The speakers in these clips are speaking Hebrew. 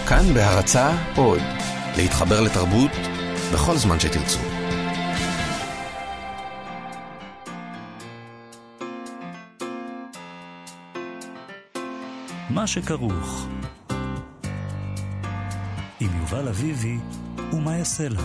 כאן בהרצאה עוד, להתחבר לתרבות בכל זמן שתרצו. מה שכרוך עם יובל אביבי ומה יעשה לה.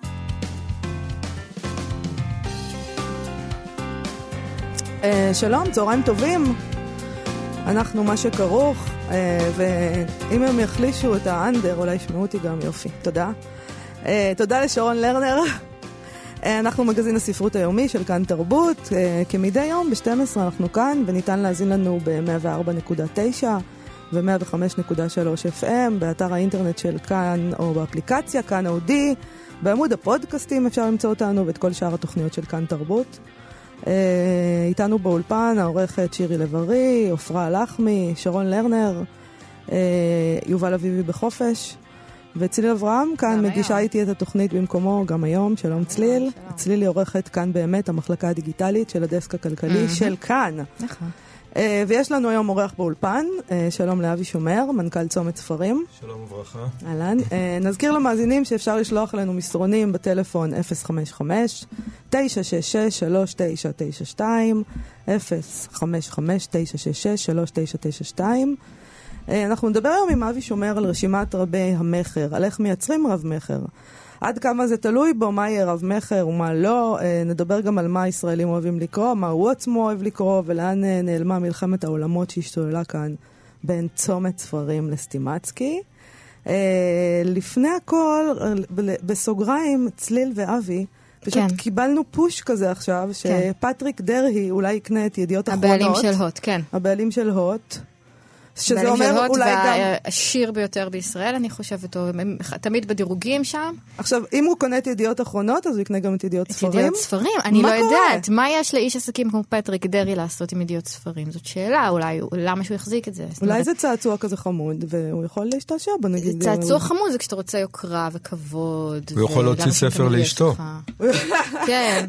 שלום, צהריים טובים. אנחנו מה שכרוך, ואם הם יחלישו את האנדר, אולי ישמעו אותי גם יופי. תודה. תודה לשרון לרנר. אנחנו מגזין הספרות היומי של כאן תרבות. כמדי יום ב-12 אנחנו כאן, וניתן להזין לנו ב-104.9 ו-105.3 FM, באתר האינטרנט של כאן, או באפליקציה כאן אודי, בעמוד הפודקאסטים אפשר למצוא אותנו, ואת כל שאר התוכניות של כאן תרבות. איתנו באולפן העורכת שירי לב-ארי, עופרה לחמי, שרון לרנר, יובל אביבי בחופש, וצליל אברהם כאן מגישה איתי את התוכנית במקומו גם היום. שלום צליל. צליל היא עורכת כאן באמת המחלקה הדיגיטלית של הדסק הכלכלי של כאן. נכון. ויש לנו היום עורך באולפן. שלום לאבי שומר, מנכ"ל צומת ספרים. שלום וברכה. אהלן. נזכיר למאזינים שאפשר לשלוח לנו מסרונים בטלפון 055-966-3992, 055-966-3992. אנחנו נדבר היום עם אבי שומר על רשימת רבי המחר, על איך מייצרים רב מחר. עד כמה זה תלוי בו, מה יהיה רב מחר ומה לא. נדבר גם על מה ישראלים אוהבים לקרוא, מה הוא עצמו אוהב לקרוא, ולאן נעלמה מלחמת העולמות שהשתוללה כאן בין צומת ספרים לסטימצקי. לפני הכל, בסוגריים, צליל ואבי, פשוט קיבלנו פוש כזה עכשיו, שפטריק דרהי אולי יקנה את ידיעות אחרונות. הבעלים של הוט, כן. הבעלים של הוט. שזה אומר אולי גם... והעשיר ביותר בישראל, אני חושבת, תמיד בדירוגים שם. עכשיו, אם הוא קונה את ידיעות אחרונות, אז הוא יקנה גם את ידיעות ספרים? את ידיעות ספרים? אני לא יודעת. מה יש לאיש עסקים כמו פטריק דרהי לעשות עם ידיעות ספרים? זאת שאלה, אולי, למה שהוא יחזיק את זה? אולי זה צעצוע כזה חמוד, והוא יכול להשתעשע בו, נגיד. צעצוע חמוד זה כשאתה רוצה יוקרה וכבוד. הוא יכול להוציא ספר לאשתו. כן.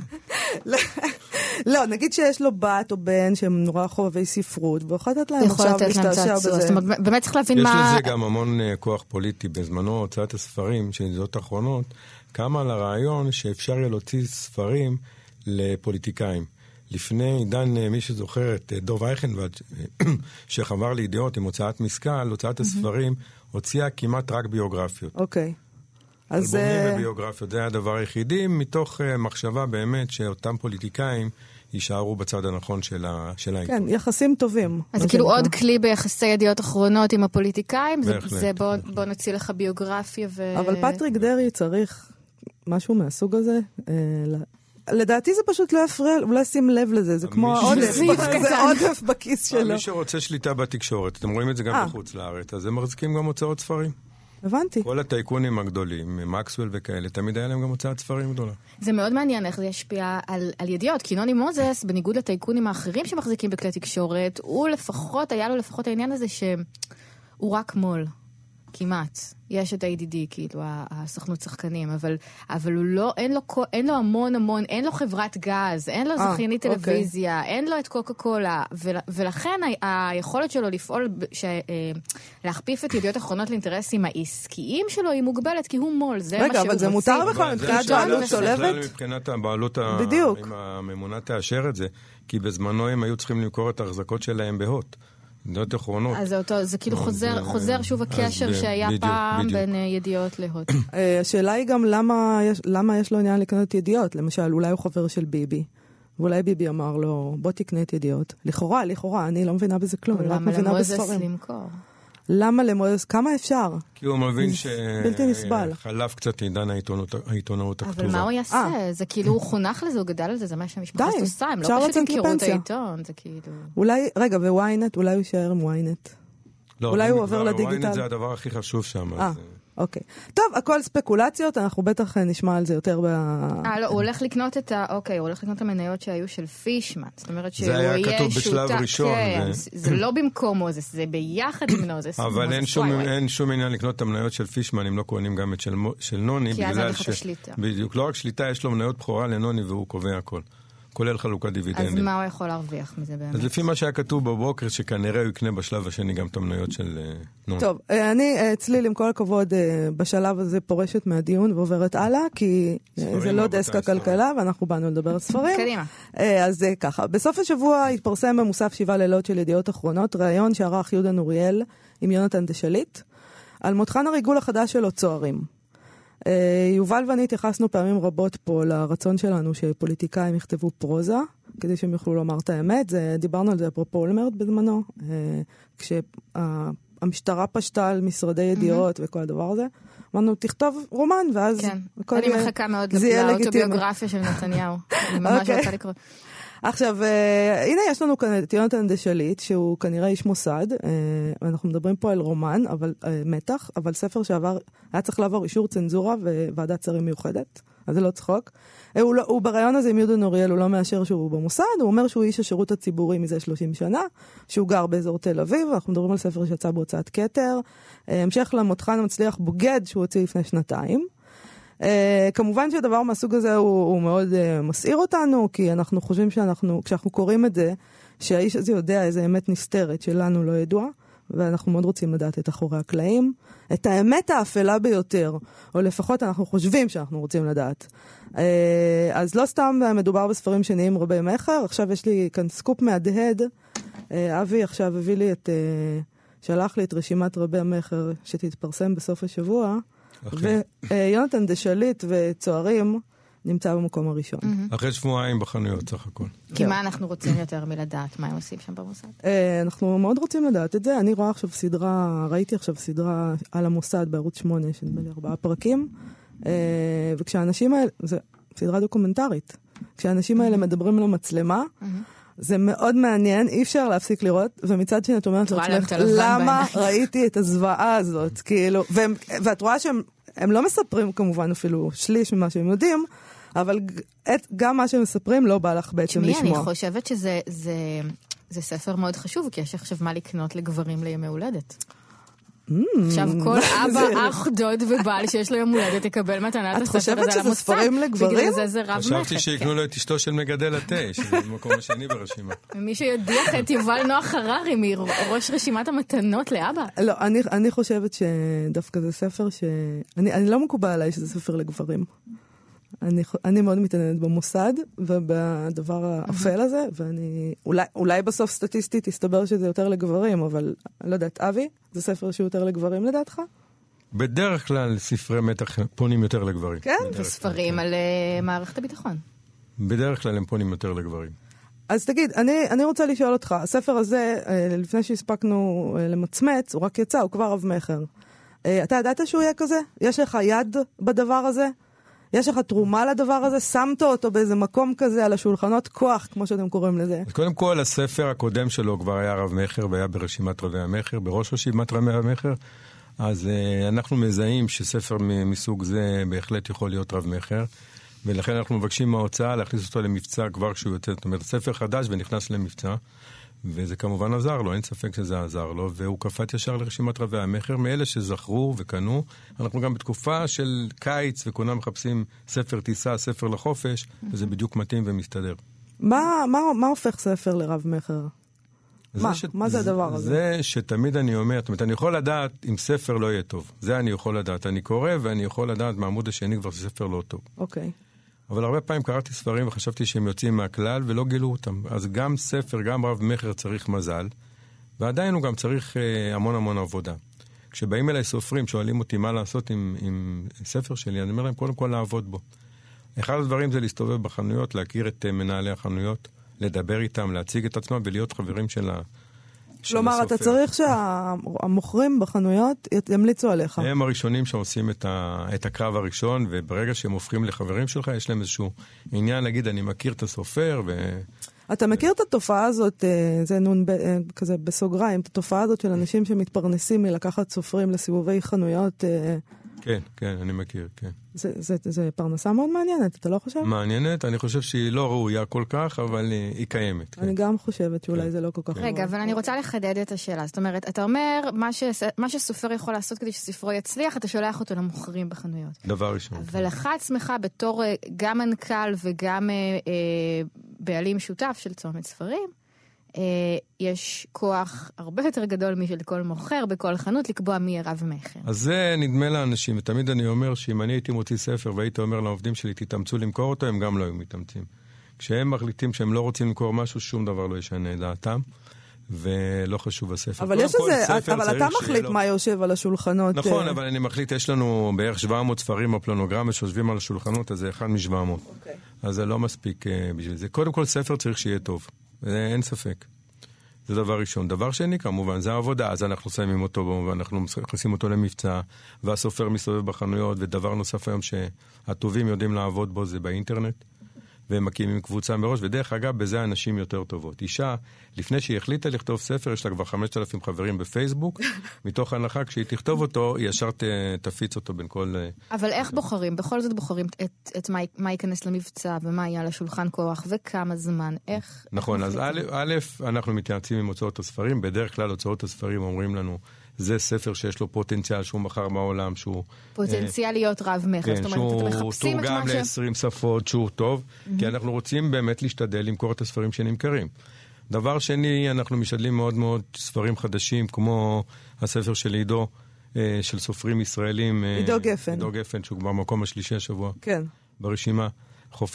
לא, נגיד שיש לו בת או בן שהם נורא חובבי ספרות, ויכול לתת להם עכשיו להשתעשע בזה. זאת אומרת, באמת צריך להבין מה... יש לזה גם המון כוח פוליטי. בזמנו הוצאת הספרים, של ידיעות אחרונות, קמה על הרעיון שאפשר יהיה להוציא ספרים לפוליטיקאים. לפני עידן, מי שזוכר את דוב אייכנוולד, שחבר לידיעות עם הוצאת משכל, הוצאת הספרים, הוציאה כמעט רק ביוגרפיות. אוקיי. אלבומים וביוגרפיות, זה היה הדבר היחידי, מתוך מחשבה באמת שאותם פוליטיקאים יישארו בצד הנכון של העיתון. כן, יחסים טובים. אז זה כאילו עוד כלי ביחסי ידיעות אחרונות עם הפוליטיקאים, זה בוא נוציא לך ביוגרפיה ו... אבל פטריק דרהי צריך משהו מהסוג הזה, לדעתי זה פשוט לא יפריע, אולי שים לב לזה, זה כמו עודף, זה עודף בכיס שלו. מי שרוצה שליטה בתקשורת, אתם רואים את זה גם בחוץ לארץ, אז הם מחזיקים גם הוצאות ספרים. הבנתי. כל הטייקונים הגדולים, מקסוול וכאלה, תמיד היה להם גם הוצאת ספרים גדולה. זה מאוד מעניין איך זה ישפיע על ידיעות, כי נוני מוזס, בניגוד לטייקונים האחרים שמחזיקים בכלי תקשורת, הוא לפחות, היה לו לפחות העניין הזה שהוא רק מול, כמעט. יש את ה-ADD, כאילו, הסוכנות שחקנים, אבל הוא לא, אין לו המון, אין לו חברת גז, אין לו זכיינית טלוויזיה, אין לו את קוקה קולה, ולכן היכולת שלו לפעול, להכפיף את ידיעות אחרונות לאינטרסים העסקיים שלו היא מוגבלת, כי הוא מול, זה מה שהוא רוצה. רגע, אבל זה מותר בכלל מבחינת בעלות שולבת? מבחינת הבעלות, אם הממונה תאשר את זה, כי בזמנו הם היו צריכים למכור את ההחזקות שלהם בהוט. ידיעות אחרונות. אז זה כאילו חוזר שוב הקשר שהיה פעם בין ידיעות להוט. השאלה היא גם למה יש לו עניין לקנות ידיעות. למשל, אולי הוא חבר של ביבי, ואולי ביבי אמר לו, בוא תקנה את ידיעות. לכאורה, אני לא מבינה בזה כלום. למה למוזס למכור? למה למוזס? כמה אפשר? כי הוא מבין בלתי נסבל. שחלף קצת עידן העיתונאות הכתובה. אבל מה הוא יעשה? זה כאילו הוא חונך לזה, הוא גדל על זה, זה מה שהמשפחה עושה. הם לא פשוט ימכרו את העיתון, זה כאילו... אולי, רגע, וויינט, אולי הוא יישאר עם וויינט. אולי הוא עובר לדיגיטל. וויינט זה הדבר הכי חשוב שם. אוקיי. טוב, הכל ספקולציות, אנחנו בטח נשמע על זה יותר לא, הוא הולך לקנות הוא הולך לקנות את המניות שהיו של פישמן. זאת אומרת שהוא יהיה שותף. זה היה כתוב בשלב ראשון. זה לא במקום מוזס, זה ביחד עם מוזס. אבל אין שום עניין לקנות את המניות של פישמן, אם לא קונים גם את של נוני. כי אז אין לך את השליטה. בדיוק, לא רק שליטה, יש לו מניות בכורה לנוני והוא קובע הכל. כולל חלוקת דיבידנדים. אז מה הוא יכול להרוויח מזה באמת? אז לפי מה שהיה כתוב בבוקר, שכנראה הוא יקנה בשלב השני גם את המניות של נון. טוב, אני צליל עם כל הכבוד בשלב הזה פורשת מהדיון ועוברת הלאה, כי זה לא דסק הכלכלה, ואנחנו באנו לדבר על ספרים. קדימה. אז ככה, בסוף השבוע התפרסם במוסף 7 לילות של ידיעות אחרונות, ראיון שערך יהודה נוריאל עם יונתן דשליט, על מותחן הריגול החדש שלו צוערים. יובל ואני התייחסנו פעמים רבות פה לרצון שלנו שפוליטיקאים יכתבו פרוזה, כדי שהם יוכלו לומר את האמת. דיברנו על זה אפרופו אולמרט בזמנו, כשהמשטרה פשטה על משרדי ידיעות וכל הדבר הזה. אמרנו, תכתוב רומן, ואז... כן, אני מחכה מאוד לאוטוביוגרפיה של נתניהו. אני ממש רוצה לקרוא. עכשיו, הנה יש לנו כאן את יונתן דשליט, שהוא כנראה איש מוסד, אנחנו מדברים פה על רומן, אבל מתח, אבל ספר שעבר, היה צריך לעבור אישור צנזורה וועדת שרים מיוחדת, אז זה לא צחוק. הוא ברעיון הזה עם יהודה נוריאל, הוא לא מאשר שהוא במוסד, הוא אומר שהוא איש השירות הציבורי מזה 30 שנה, שהוא גר באזור תל אביב, אנחנו מדברים על ספר שיצא בהוצאת כתר, המשך למותחן המצליח בוגד שהוא הוציא לפני 2 כמובן שדבר מהסוג הזה הוא מאוד מסעיר אותנו, כי אנחנו חושבים כשאנחנו קוראים את זה, שהאיש הזה יודע איזה אמת נסתרת שלנו לא ידוע, ואנחנו מאוד רוצים לדעת את אחורי הקלעים, את האמת האפלה ביותר, או לפחות אנחנו חושבים שאנחנו רוצים לדעת. אז לא סתם מדובר בספרים שנהיים רבי מחר, עכשיו יש לי כאן סקופ מהדהד, אבי עכשיו הביא לי שלח לי את רשימת רבי המחר שתתפרסם בסוף השבוע, ויונתן דשליט וצוערים נמצא במקום הראשון. אחרי שבועיים בחנויות סך הכל. כי מה אנחנו רוצים יותר מלדעת? מה הם עושים שם במוסד? אנחנו מאוד רוצים לדעת את זה. אני רואה עכשיו ראיתי עכשיו סדרה על המוסד בערוץ 8, שנדמה לי 4 פרקים, וכשהאנשים האלה, זו סדרה דוקומנטרית, כשהאנשים האלה מדברים על המצלמה, זה מאוד מעניין, אי אפשר להפסיק לראות, ומצד שני את אומרת לעצמך, למה ראיתי את הזוועה הזאת, כאילו, ואת רואה שהם לא מספרים כמובן אפילו שליש ממה שהם יודעים, אבל גם מה שהם מספרים לא בא לך בעצם לשמוע. אני חושבת שזה ספר מאוד חשוב, כי יש עכשיו מה לקנות לגברים לימי הולדת. עכשיו כל אבא, אח, דוד ובעל שיש לו יום הולדת יקבל מתנה את הספר הזה על המוסד. את חושבת שזה ספרים לגברים? בגלל זה רב מחק. חשבתי שיקנו לו את אשתו של מגדל התה, שזה במקום השני ברשימה. ומי שידיח את יובל נוח הררי מראש רשימת המתנות לאבא. לא, אני חושבת שדווקא זה ספר אני לא מקובל עליי שזה ספר לגברים. אני מאוד מתעניינת במוסד ובדבר האפל הזה, ואני אולי בסוף סטטיסטית יסתבר שזה יותר לגברים, אבל אני לא יודעת, אבי, זה ספר שהוא יותר לגברים לדעתך? בדרך כלל ספרי מתח פונים יותר לגברים. כן? וספרים על מערכת הביטחון. בדרך כלל הם פונים יותר לגברים. אז תגיד, אני רוצה לשאול אותך, הספר הזה, לפני שהספקנו למצמץ, הוא רק יצא, הוא כבר רב מחר. אתה ידעת שהוא יהיה כזה? יש לך יד בדבר הזה? יש לך תרומה לדבר הזה? שמת אותו באיזה מקום כזה על השולחנות כוח, כמו שאתם קוראים לזה. אז קודם כל, הספר הקודם שלו כבר היה רב מחר, והיה ברשימת רבי המחר, בראש רשימת רבי המחר. אז אנחנו מזהים שספר מסוג זה בהחלט יכול להיות רב מחר, ולכן אנחנו מבקשים מההוצאה להכניס אותו למבצע כבר כשהוא יוצא. זאת אומרת, ספר חדש ונכנס למבצע, וזה כמובן עזר לו, אין ספק שזה עזר לו, והוא קפט ישר לרשימת רבי המחר, מאלה שזכרו וקנו. אנחנו גם בתקופה של קיץ, וכולם מחפשים ספר טיסה, ספר לחופש, וזה בדיוק מתאים ומסתדר. מה הופך ספר לרב מחר? מה זה הדבר הזה? זה שתמיד אני אומר, זאת אומרת, אני יכול לדעת אם ספר לא יהיה טוב. זה אני יכול לדעת. אני קורא ואני יכול לדעת מהעמוד השני כבר ספר לא טוב. אוקיי. אבל הרבה פעמים קראתי ספרים וחשבתי שהם יוצאים מהכלל ולא גילו אותם. אז גם ספר, גם רב מחר צריך מזל, ועדיין הוא גם צריך המון המון עבודה. כשבאים אליי סופרים, שואלים אותי מה לעשות עם ספר שלי, אני אומר להם קודם כל לעבוד בו. אחד הדברים זה להסתובב בחנויות, להכיר את מנהלי החנויות, לדבר איתם, להציג את עצמם ולהיות חברים של הסופר. כלומר, אתה צריך שהמוכרים בחנויות ימליצו עליך. הם הראשונים שעושים את הקרב הראשון, וברגע שהם הופכים לחברים שלך, יש להם איזשהו עניין להגיד, אני מכיר את הסופר, אתה מכיר את התופעה הזאת, זה נון כזה בסוגריים, את התופעה הזאת של אנשים שמתפרנסים מלקחת סופרים לסיבובי חנויות? כן, כן, אני מכיר, כן. זה פרנסה מאוד מעניינת, אתה לא חושב? מעניינת, אני חושב שהיא לא ראויה כל כך, אבל היא קיימת. אני גם חושבת שאולי זה לא כל כך ראוי. רגע, אבל אני רוצה לחדד את השאלה. זאת אומרת, אתה אומר, מה שסופר יכול לעשות כדי שספרו יצליח, אתה שולח אותו למוכרים בחנויות. דבר ראשון. אבל לך עצמך בתור גם מנכ"ל וגם בעלים שותף של צומת ספרים, יש כוח הרבה יותר גדול משל כל מוכר בכל חנות לקבוע מי יהיה רב מכר. אז זה נדמה לאנשים, ותמיד אני אומר שאם אני הייתי מוציא ספר והייתי אומר לעובדים שלי, תתאמצו למכור אותו, הם גם לא היו מתאמצים. כשהם מחליטים שהם לא רוצים למכור משהו, שום דבר לא ישנה דעתם, ולא חשוב הספר. אבל יש איזה, אבל אתה מחליט מה יושב על השולחנות. נכון, אבל אני מחליט, יש לנו בערך 700 ספרים בפלנוגרמה שיושבים על השולחנות, אז זה אחד מ-700. אז זה לא מספיק בשביל זה. קודם כל ספר צריך שיהיה טוב, אין ספק. זה דבר ראשון. דבר שני, כמובן, זה העבודה. אז אנחנו שמים אותו, ואנחנו מכניסים אותו למבצע, והסופר מסתובב בחנויות, ודבר נוסף היום שהטובים יודעים לעבוד בו זה באינטרנט, והם מקימים קבוצה מראש, ודרך אגב, בזה אנשים יותר טובות. אישה, לפני שהיא החליטה לכתוב ספר, יש לה כבר 5,000 חברים בפייסבוק, מתוך הנחה, כשהיא תכתוב אותו, היא ישר תפיץ אותו בין כל... אבל איך בוחרים? בכל זאת בוחרים את מה ייכנס למבצע, ומה יהיה לשולחן כוח, וכמה זמן, איך... נכון, אז א', אנחנו מתייעצים עם הוצאות הספרים, בדרך כלל הוצאות הספרים אומרים לנו, זה ספר שיש לו פוטנציאל שהוא מחר בעולם, שהוא... פוטנציאל להיות רב מכר, זאת אומרת, אתם מחפשים את מה שהוא תורגם ל-20 שפות, שהוא טוב, כי אנחנו רוצים באמת להשתדל למכור את הספרים שנמכרים. דבר שני, אנחנו משתדלים מאוד מאוד ספרים חדשים, כמו הספר של עידו, של סופרים ישראלים. עידו גפן. עידו גפן, שהוא כבר מקום השלישי השבוע. כן. ברשימה. חוף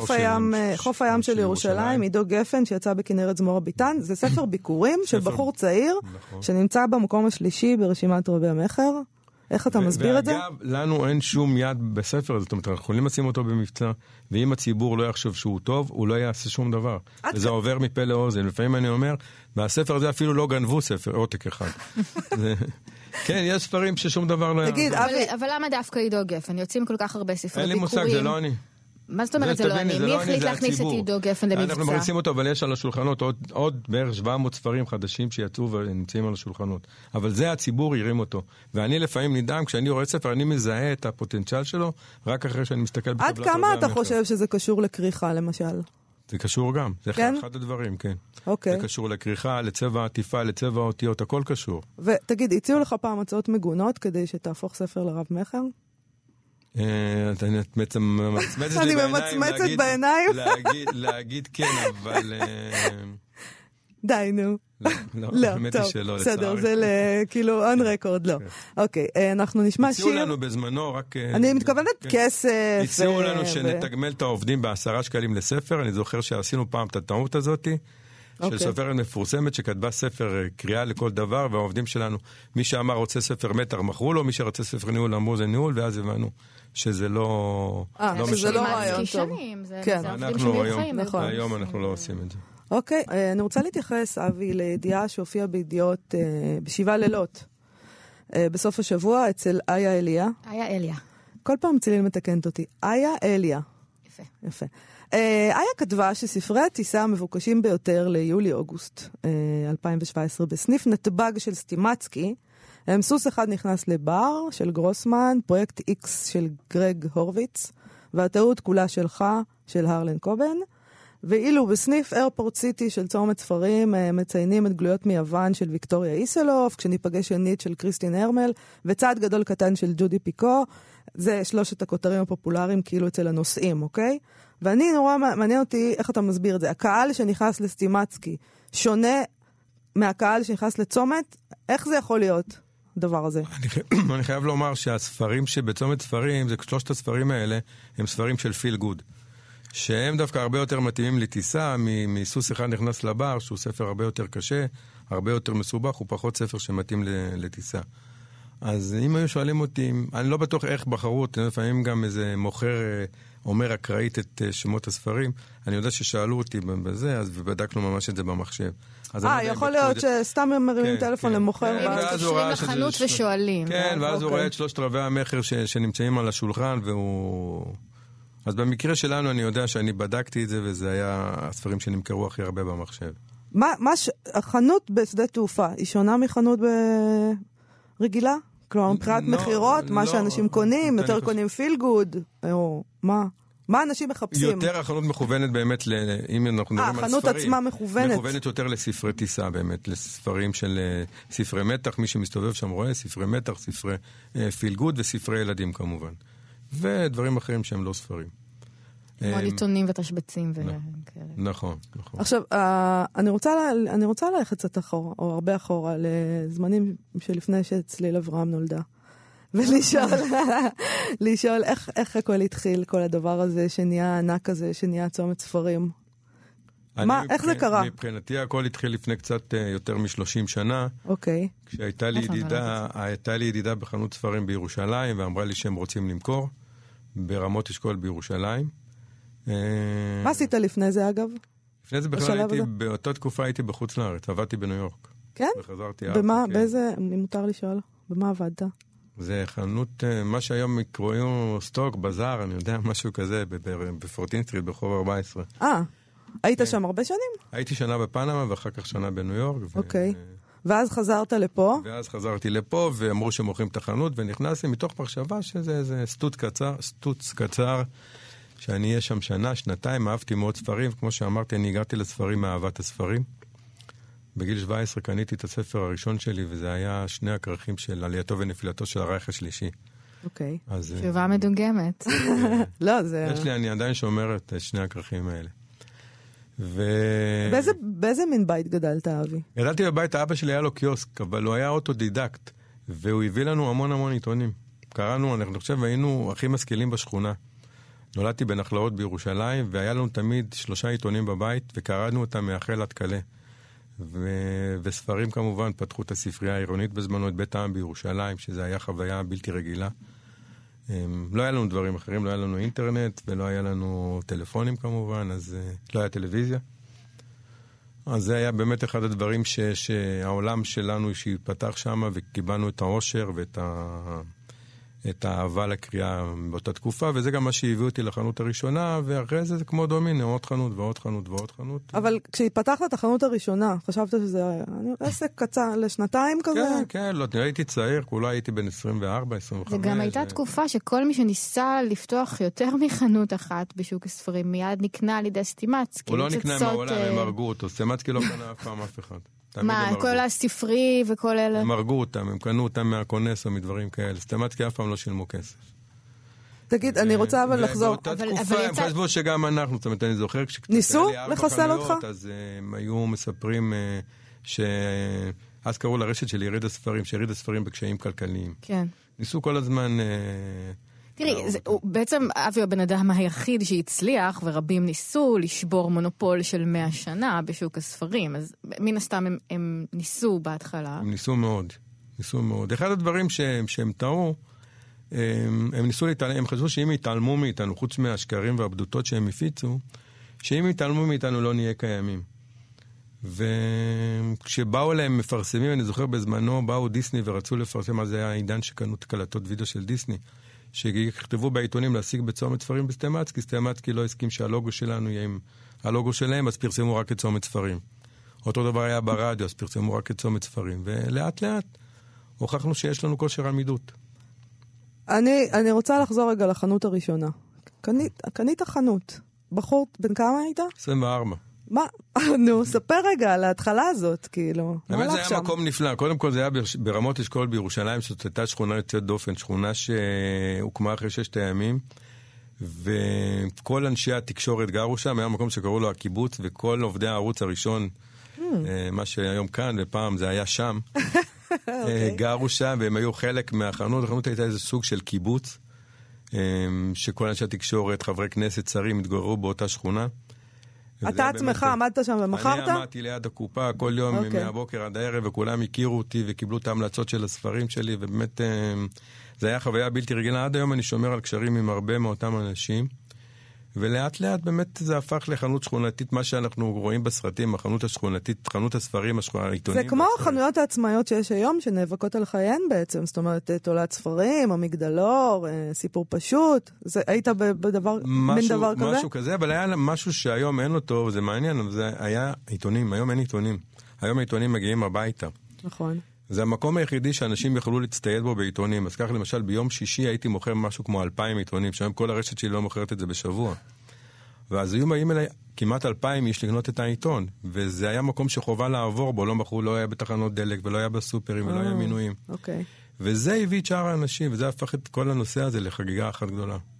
הים של ירושלים, עידו גפן, שיצא בכנרת זמורה ביטן. זה ספר ביקורים של בחור צעיר, שנמצא במקום השלישי ברשימת רבי המכר. איך אתה מסביר את זה? ואגב, לנו אין שום יד בספר הזה, זאת אומרת, אנחנו יכולים לשים אותו במבצע, ואם הציבור לא יחשוב שהוא טוב, הוא לא יעשה שום דבר. וזה עובר מפה לאוזן. לפעמים אני אומר, מהספר הזה אפילו לא גנבו ספר, עותק אחד. כן, יש ספרים ששום דבר לא יעזור. אבל למה דווקא עידו גפן? יוצאים כל כך הרבה ספרי ביקורים. אין לי מושג, זה לא אני. מה זאת אומרת זה לא אני? מי החליט להכניס את עידו גפן למבצע? אנחנו מכניסים אותו, אבל יש על השולחנות עוד בערך 700 ספרים חדשים שיצאו ונמצאים על השולחנות. אבל זה הציבור ירים אותו. ואני לפעמים נדהם, כשאני רואה ספר, אני מזהה את הפוטנציאל שלו, רק אחרי שאני מסתכל בטבלת. עד כמה אתה חושב שזה קשור לקריחה, למשל? זה קשור גם. זה אחד הדברים, כן. זה קשור לקריחה, לצבע העטיפה, לצבע האותיות, הכל קשור. ותגיד, הציעו לך פעם הצעות מגונות כדי שתהפוך ספר לרב מכר? אני ממצמצת בעיניים. להגיד כן, אבל... די, נו. לא, טוב, בסדר, זה כאילו on record, לא. אוקיי, אנחנו נשמע שיר. הציעו לנו בזמנו רק... אני מתכוונת כסף. הציעו לנו שנתגמל את העובדים ב10 שקלים לספר, אני זוכר שעשינו פעם את הטעות הזאת, של סופרת מפורסמת שכתבה ספר קריאה לכל דבר, והעובדים שלנו, מי שאמר רוצה ספר מטר מכרו לו, מי שרוצה ספר ניהול אמרו זה ניהול, ואז הבנו שזה לא שזה לא רעיון טוב. היום אנחנו לא עושים את זה. אוקיי, אני רוצה להתייחס, אבי, לידיעה שהופיעה בידיעות בשבעה לילות. בסוף השבוע אצל איה אליה. איה אליה. כל פעם צליל מתקנת אותי. איה אליה. יפה. יפה. איה כתבה שספרי הטיסה המבוקשים ביותר ליולי-אוגוסט 2017 בסניף נתב"ג של סטימצקי, הם סוס אחד נכנס לבר של גרוסמן, פרויקט X של גרג הורוויץ, והטעות כולה שלך, של הרלן קובן, ואילו בסניף איירפורט סיטי של צומת ספרים מציינים את גלויות מיוון של ויקטוריה איסלוף, כשניפגש שנית של קריסטין הרמל, וצעד גדול קטן של ג'ודי פיקו. זה שלושת הכותרים הפופולריים כאילו אצל הנושאים, אוקיי? ואני נורא מעניין אותי איך אתה מסביר את זה. הקהל שנכנס לסטימצקי שונה מהקהל שנכנס לצומת, איך זה יכול להיות, הדבר הזה? אני חייב לומר שהספרים שבצומת ספרים, זה שלושת הספרים האלה, הם ספרים של פיל גוד. שהם דווקא הרבה יותר מתאימים לטיסה, מסוס אחד נכנס לבר, שהוא ספר הרבה יותר קשה, הרבה יותר מסובך, הוא פחות ספר שמתאים לטיסה. אז אם היו שואלים אותי, אני לא בטוח איך בחרו אותי, לפעמים גם איזה מוכר אומר אקראית את שמות הספרים, אני יודע ששאלו אותי בזה, אז בדקנו ממש את זה במחשב. יכול להיות שסתם מרימים טלפון למוכר. מתקשרים לחנות ושואלים. כן, ואז הוא רואה את שלושת רבעי המחר שנמצאים על השולחן, והוא... אז במקרה שלנו אני יודע שאני בדקתי את זה, וזה היה הספרים שנמכרו הכי הרבה במחשב. החנות בשדה תעופה היא שונה מחנות רגילה? כלומר, מבחינת מחירות, מה שאנשים קונים, יותר קונים פיל גוד, או מה? מה אנשים מחפשים? יותר החנות מכוונת באמת, אם אנחנו מדברים על ספרים. החנות עצמה מכוונת. מכוונת יותר לספרי טיסה באמת, לספרים של ספרי מתח, מי שמסתובב שם רואה, ספרי מתח, ספרי פיל גוד וספרי ילדים כמובן. ודברים אחרים שהם לא ספרים. כמו עיתונים ותשבצים וכאלה. נכון, נכון. עכשיו, אני רוצה ללכת קצת אחורה, או הרבה אחורה, לזמנים שלפני שצליל אברהם נולדה. ולשאול איך הכל התחיל, כל הדבר הזה שנהיה ענק הזה, שנהיה צומת ספרים. איך זה קרה? מבחינתי הכל התחיל לפני קצת יותר מ-30 שנה. אוקיי. כשהייתה לי ידידה בחנות ספרים בירושלים, ואמרה לי שהם רוצים למכור, ברמות אשכול בירושלים. מה עשית לפני זה אגב? לפני זה בכלל באותה תקופה הייתי בחוץ לארץ, עבדתי בניו יורק. כן? וחזרתי במה, באיזה, אם מותר לשאול, במה עבדת? זה חנות, מה שהיום קוראים סטוק, בזאר, אני יודע, משהו כזה, בפורטינסטריט, ברחוב 14. היית שם הרבה שנים? הייתי שנה בפנמה, ואחר כך שנה בניו יורק. אוקיי. ואז חזרת לפה? ואז חזרתי לפה, ואמרו שמוכרים את החנות, ונכנסתי מתוך מחשבה שזה סטוץ קצר, שאני אהיה שם שנה, שנתיים, אהבתי מאוד ספרים. כמו שאמרתי, אני הגעתי לספרים מאהבת הספרים. בגיל 17 קניתי את הספר הראשון שלי, וזה היה שני הכרכים של עלייתו ונפילתו של הרייך השלישי. אוקיי. תשובה מדוגמת. לא, זה... אני עדיין שומר את שני הכרכים האלה. באיזה מין בית גדלת, אבי? גדלתי בבית, האבא שלי היה לו קיוסק, אבל הוא היה אוטודידקט, והוא הביא לנו המון עיתונים. קראנו, אני חושב, היינו הכי משכילים בשכונה. נולדתי בנחלאות בירושלים, והיה לנו תמיד 3 עיתונים בבית, וקראנו אותם מאחל עד קלה. וספרים כמובן, פתחו את הספרייה העירונית בזמנו, את בית העם בירושלים, שזה היה חוויה בלתי רגילה. לא היה לנו דברים אחרים, לא היה לנו אינטרנט, ולא היה לנו טלפונים כמובן, אז לא היה טלוויזיה. אז זה היה באמת אחד הדברים שהעולם שלנו שהתפתח שם, וקיבלנו את העושר ואת האהבה לקריאה באותה תקופה, וזה גם מה שהביא אותי לחנות הראשונה, ואחרי זה כמו דומיני, עוד חנות ועוד חנות ועוד חנות. אבל כשהתפתחת את החנות הראשונה, חשבת שזה עסק קצר לשנתיים כזה? כן, לא, הייתי צעיר, כולה הייתי בין 24, 25. זה גם הייתה תקופה שכל מי שניסה לפתוח יותר מחנות אחת בשוק הספרים, מיד נקנה על ידי סטימצקי. הוא לא נקנה מעולם, הם הרגו אותו. סטימצקי לא קנה אף פעם אף אחד. מה, כל הספרי וכל אלה? הם הרגו אותם, הם קנו אותם מהכונס או מדברים כאלה. סטימצקי אף פעם לא שילמו כסף. תגיד, אני רוצה אבל לחזור. באותה תקופה הם חשבו שגם אנחנו, זאת אומרת, אני זוכר ניסו לחסל אותך? אז הם היו מספרים אז קראו לרשת של יריד הספרים, שיריד הספרים בקשיים כלכליים. כן. ניסו כל הזמן... תראי, בעצם אבי הבן אדם היחיד שהצליח, ורבים ניסו לשבור מונופול של 100 שנה בשוק הספרים, אז מן הסתם הם ניסו בהתחלה. הם ניסו מאוד. אחד הדברים שהם טעו, הם ניסו להתעלם, הם חשבו שאם יתעלמו מאיתנו, חוץ מהשקרים והבדותות שהם הפיצו, שאם יתעלמו מאיתנו לא נהיה קיימים. וכשבאו להם מפרסמים, אני זוכר בזמנו, באו דיסני ורצו לפרסם, אז זה היה העידן שקנו את קלטות וידאו של דיסני, שכתבו בעיתונים להשיג בצומת ספרים בסטימצקי, סטימצקי לא הסכים שהלוגו שלנו יהיה עם הלוגו שלהם, אז פרסמו רק את צומת ספרים. אותו דבר היה ברדיו, אז פרסמו רק את צומת ספרים, ולאט לאט הוכחנו שיש לנו כושר עמידות. אני רוצה לחזור רגע לחנות הראשונה. קנית חנות. בחור, בן כמה היית? 24. מה? נו, ספר רגע על ההתחלה הזאת, כאילו. באמת זה היה מקום נפלא. קודם כל זה היה ברמות אשכול בירושלים, זאת הייתה שכונה יוצאת דופן, שכונה שהוקמה אחרי 6 הימים, וכל אנשי התקשורת גרו שם, היה מקום שקראו לו הקיבוץ, וכל עובדי הערוץ הראשון, מה שהיום כאן, ופעם זה היה שם, גרו שם, והם היו חלק מהחנות. החנות הייתה איזה סוג של קיבוץ, שכל אנשי התקשורת, חברי כנסת, שרים, התגוררו באותה שכונה. אתה עצמך עמדת שם ומחרת? אני עמדתי ליד הקופה כל יום מהבוקר עד הערב, וכולם הכירו אותי וקיבלו את ההמלצות של הספרים שלי, ובאמת זה היה חוויה בלתי רגילה. עד היום אני שומר על קשרים עם הרבה מאותם אנשים, ולאט לאט באמת זה הפך לחנות שכונתית, מה שאנחנו רואים בסרטים, החנות השכונתית, חנות הספרים, העיתונים. זה כמו החנויות העצמאיות שיש היום, שנאבקות על חייהן בעצם, זאת אומרת, תולת ספרים, המגדלור, סיפור פשוט, היית בדבר, בין דבר כזה? משהו כזה, אבל היה משהו שהיום אין אותו, וזה מעניין, זה היה עיתונים, היום אין עיתונים. היום העיתונים מגיעים הביתה. נכון. זה המקום היחידי שאנשים יכלו להצטייד בו בעיתונים. אז כך למשל ביום שישי הייתי מוכר משהו כמו 2,000 עיתונים, שהיום כל הרשת שלי לא מוכרת את זה בשבוע. ואז היו באים אליי כמעט 2,000 איש לקנות את העיתון, וזה היה מקום שחובה לעבור בו, לא מכרו, לא היה בתחנות דלק, ולא היה בסופרים, ולא היה מינויים. אוקיי. וזה הביא את שאר האנשים, וזה הפך את כל הנושא הזה לחגיגה אחת גדולה.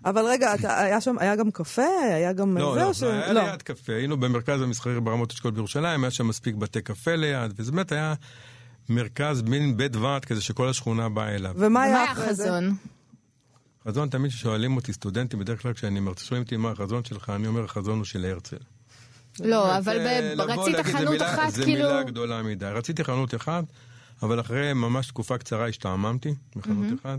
אבל רגע, היה גם קפה? היה גם... לא, היה ליד קפה. היינו במרכז המסחרי ברמות אשכול בירושלים, היה שם מספיק בתי קפה ליד, וזה באמת היה מרכז מין בית ועד כזה שכל השכונה באה אליו. ומה היה החזון? חזון, תמיד ששואלים אותי סטודנטים, בדרך כלל כשאני מרצה, שואלים אותי מה החזון שלך, אני אומר, החזון הוא של הרצל. לא, אבל רצית חנות אחת, כאילו... זה מילה גדולה מדי. רציתי חנות אחת, אבל אחרי ממש תקופה קצרה השתעממתי מחנות אחד,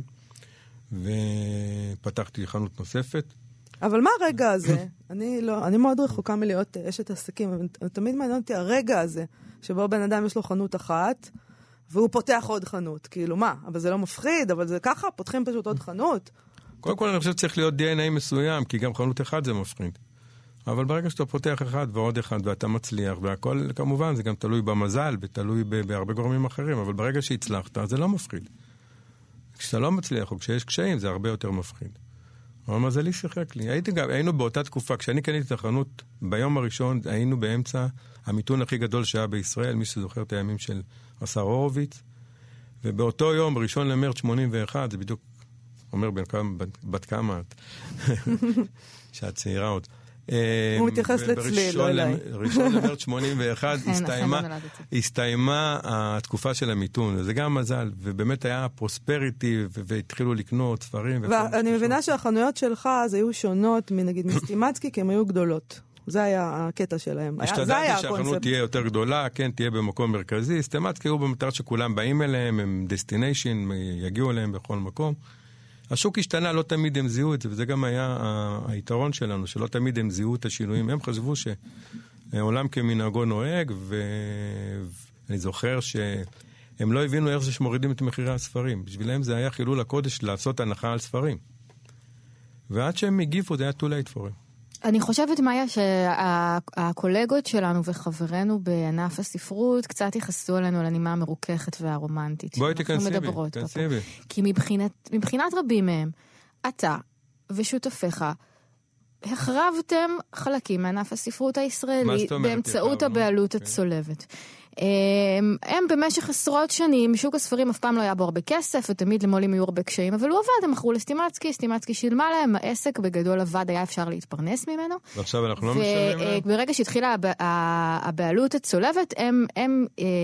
ופתחתי חנות נוספת. אבל מה הרגע הזה? אני מאוד רחוקה מלהיות אשת עסקים, תמיד מעניין אותי הרגע הזה, שבו בן אדם יש לו חנות אחת, והוא פותח עוד חנות. כאילו מה? אבל זה לא מפחיד, אבל זה ככה, פותחים פשוט עוד חנות. קודם כל אני חושב שצריך להיות DNA מסוים, כי גם חנות אחד זה מפחיד. אבל ברגע שאתה פותח אחד ועוד אחד ואתה מצליח, והכל כמובן זה גם תלוי במזל ותלוי בהרבה גורמים אחרים, אבל ברגע שהצלחת זה לא מפחיד. כשאתה לא מצליח או כשיש קשיים זה הרבה יותר מפחיד. אבל מזלי שיחק לי. היינו באותה תקופה, כשאני קניתי את החנות, ביום הראשון היינו באמצע המיתון הכי גדול שהיה בישראל, מי שזוכר את הימים של השר הורוביץ, ובאותו יום, ראשון למרץ 81, זה בדיוק אומר בת כמה את, שאת צעירה עוד. הוא מתייחס לצלי, לא אליי. ראשון למרץ 81 הסתיימה התקופה של המיתון, וזה גם מזל, ובאמת היה פרוספריטי, והתחילו לקנות ספרים. ואני מבינה שהחנויות שלך אז היו שונות מנגיד מסטימצקי, כי הן היו גדולות. זה היה הקטע שלהם. השתדלתי שהחנות תהיה יותר גדולה, כן, תהיה במקום מרכזי. סטימצקי היו במטרה שכולם באים אליהם, הם דסטיניישן, יגיעו אליהם בכל מקום. השוק השתנה, לא תמיד הם זיהו את זה, וזה גם היה היתרון שלנו, שלא תמיד הם זיהו את השינויים. הם חשבו שעולם כמנהגו נוהג, ואני זוכר שהם לא הבינו איך זה שמורידים את מחירי הספרים. בשבילם זה היה חילול הקודש לעשות הנחה על ספרים. ועד שהם הגיבו, זה היה too late for them. אני חושבת, מאיה, שהקולגות שלנו וחברינו בענף הספרות קצת יחסו עלינו על הנימה המרוככת והרומנטית. בואי תכנסי בי. כי מבחינת רבים מהם, אתה ושותפיך החרבתם חלקים מענף הספרות הישראלי באמצעות הבעלות הצולבת. הם במשך עשרות שנים, שוק הספרים אף פעם לא היה בו הרבה כסף, ותמיד למולים היו הרבה קשיים, אבל הוא עבד, הם מכרו לסטימצקי, סטימצקי שילמה להם, העסק בגדול עבד, היה אפשר להתפרנס ממנו. ועכשיו אנחנו לא משלמים להם? וברגע שהתחילה הבעלות הצולבת, הם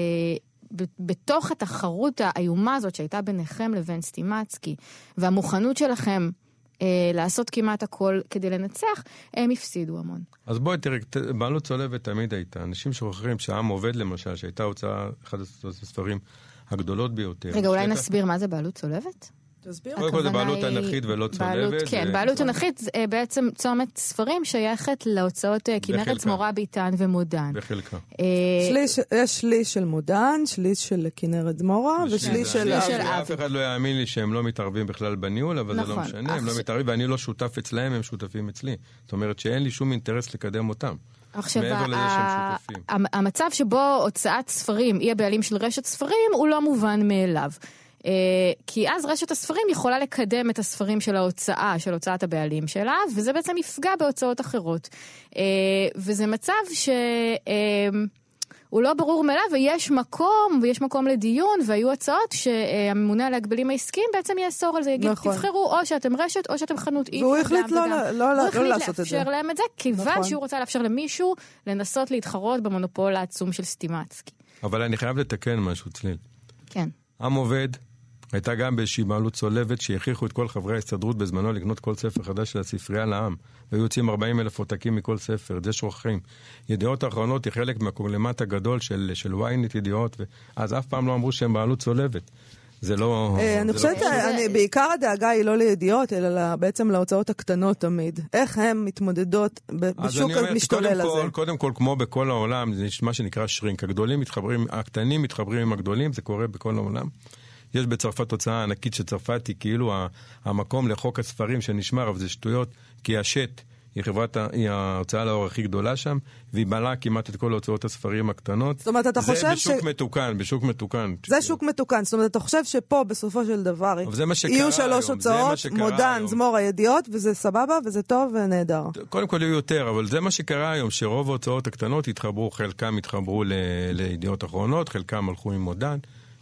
בתוך התחרות האיומה הזאת שהייתה ביניכם לבין סטימצקי, והמוכנות שלכם לעשות כמעט הכל כדי לנצח, הם הפסידו המון. אז בואי תראי, בעלות צולבת תמיד הייתה. אנשים שוכחים שהעם עובד למשל, שהייתה הוצאה, אחד הספרים הגדולות ביותר. רגע, אולי נסביר מה זה בעלות צולבת? תסביר. קודם כל זה בעלות אנכית ולא צולבת. כן, בעלות אנכית זה בעצם צומת ספרים שייכת להוצאות כנרת זמורה ביתן ומודן. בחלקה. יש שליש של מודן, שליש של כנרת זמורה ושליש של אבי. אף אחד לא יאמין לי שהם לא מתערבים בכלל בניהול, אבל זה לא משנה, הם לא מתערבים ואני לא שותף אצלהם, הם שותפים אצלי. זאת אומרת שאין לי שום אינטרס לקדם אותם. עכשיו, המצב שבו הוצאת ספרים היא הבעלים של רשת ספרים הוא לא מובן מאליו. כי אז רשת הספרים יכולה לקדם את הספרים של ההוצאה, של הוצאת הבעלים שלה, וזה בעצם יפגע בהוצאות אחרות. וזה מצב שהוא לא ברור מאליו, ויש מקום לדיון, והיו הצעות שהממונה על ההגבלים העסקיים בעצם יאסור על זה, יגיד, תבחרו או שאתם רשת או שאתם חנות איקס. והוא החליט לא לעשות את זה. הוא החליט לאפשר להם את זה, כיוון שהוא רוצה לאפשר למישהו לנסות להתחרות במונופול העצום של סטימצקי. אבל אני חייב לתקן משהו, צליל. כן. עם עובד, הייתה גם באיזושהי בעלות צולבת שהכריחו את כל חברי ההסתדרות בזמנו לקנות כל ספר חדש של הספרייה לעם. והיו יוצאים 40,000 עותקים מכל ספר, זה שוכחים. ידיעות האחרונות היא חלק מהקונגלומרט הגדול של ynet ידיעות, אז אף פעם לא אמרו שהם בעלות צולבת. זה לא... אני חושבת, בעיקר הדאגה היא לא לידיעות, אלא בעצם להוצאות הקטנות תמיד. איך הן מתמודדות בשוק המשתולל הזה? קודם כל, כמו בכל העולם, זה מה שנקרא שרינק. הקטנים מתחברים עם הגדולים, זה קורה בכל העולם. יש בצרפת תוצאה ענקית שצרפת היא כאילו המקום לחוק הספרים שנשמר, אבל זה שטויות, כי השט היא ההוצאה לאור הכי גדולה שם, והיא בעלה כמעט את כל הוצאות הספרים הקטנות. זאת אומרת, אתה חושב זה בשוק מתוקן. זה שוק מתוקן, זאת אומרת, אתה חושב שפה בסופו של דבר יהיו 3 הוצאות, מודן, זמור הידיעות, וזה סבבה, וזה טוב ונהדר. קודם כל יהיו יותר, אבל זה מה שקרה היום, שרוב ההוצאות הקטנות התחברו, חלקם התחברו לידיעות אחרונות, חלקם הלכו עם מודן,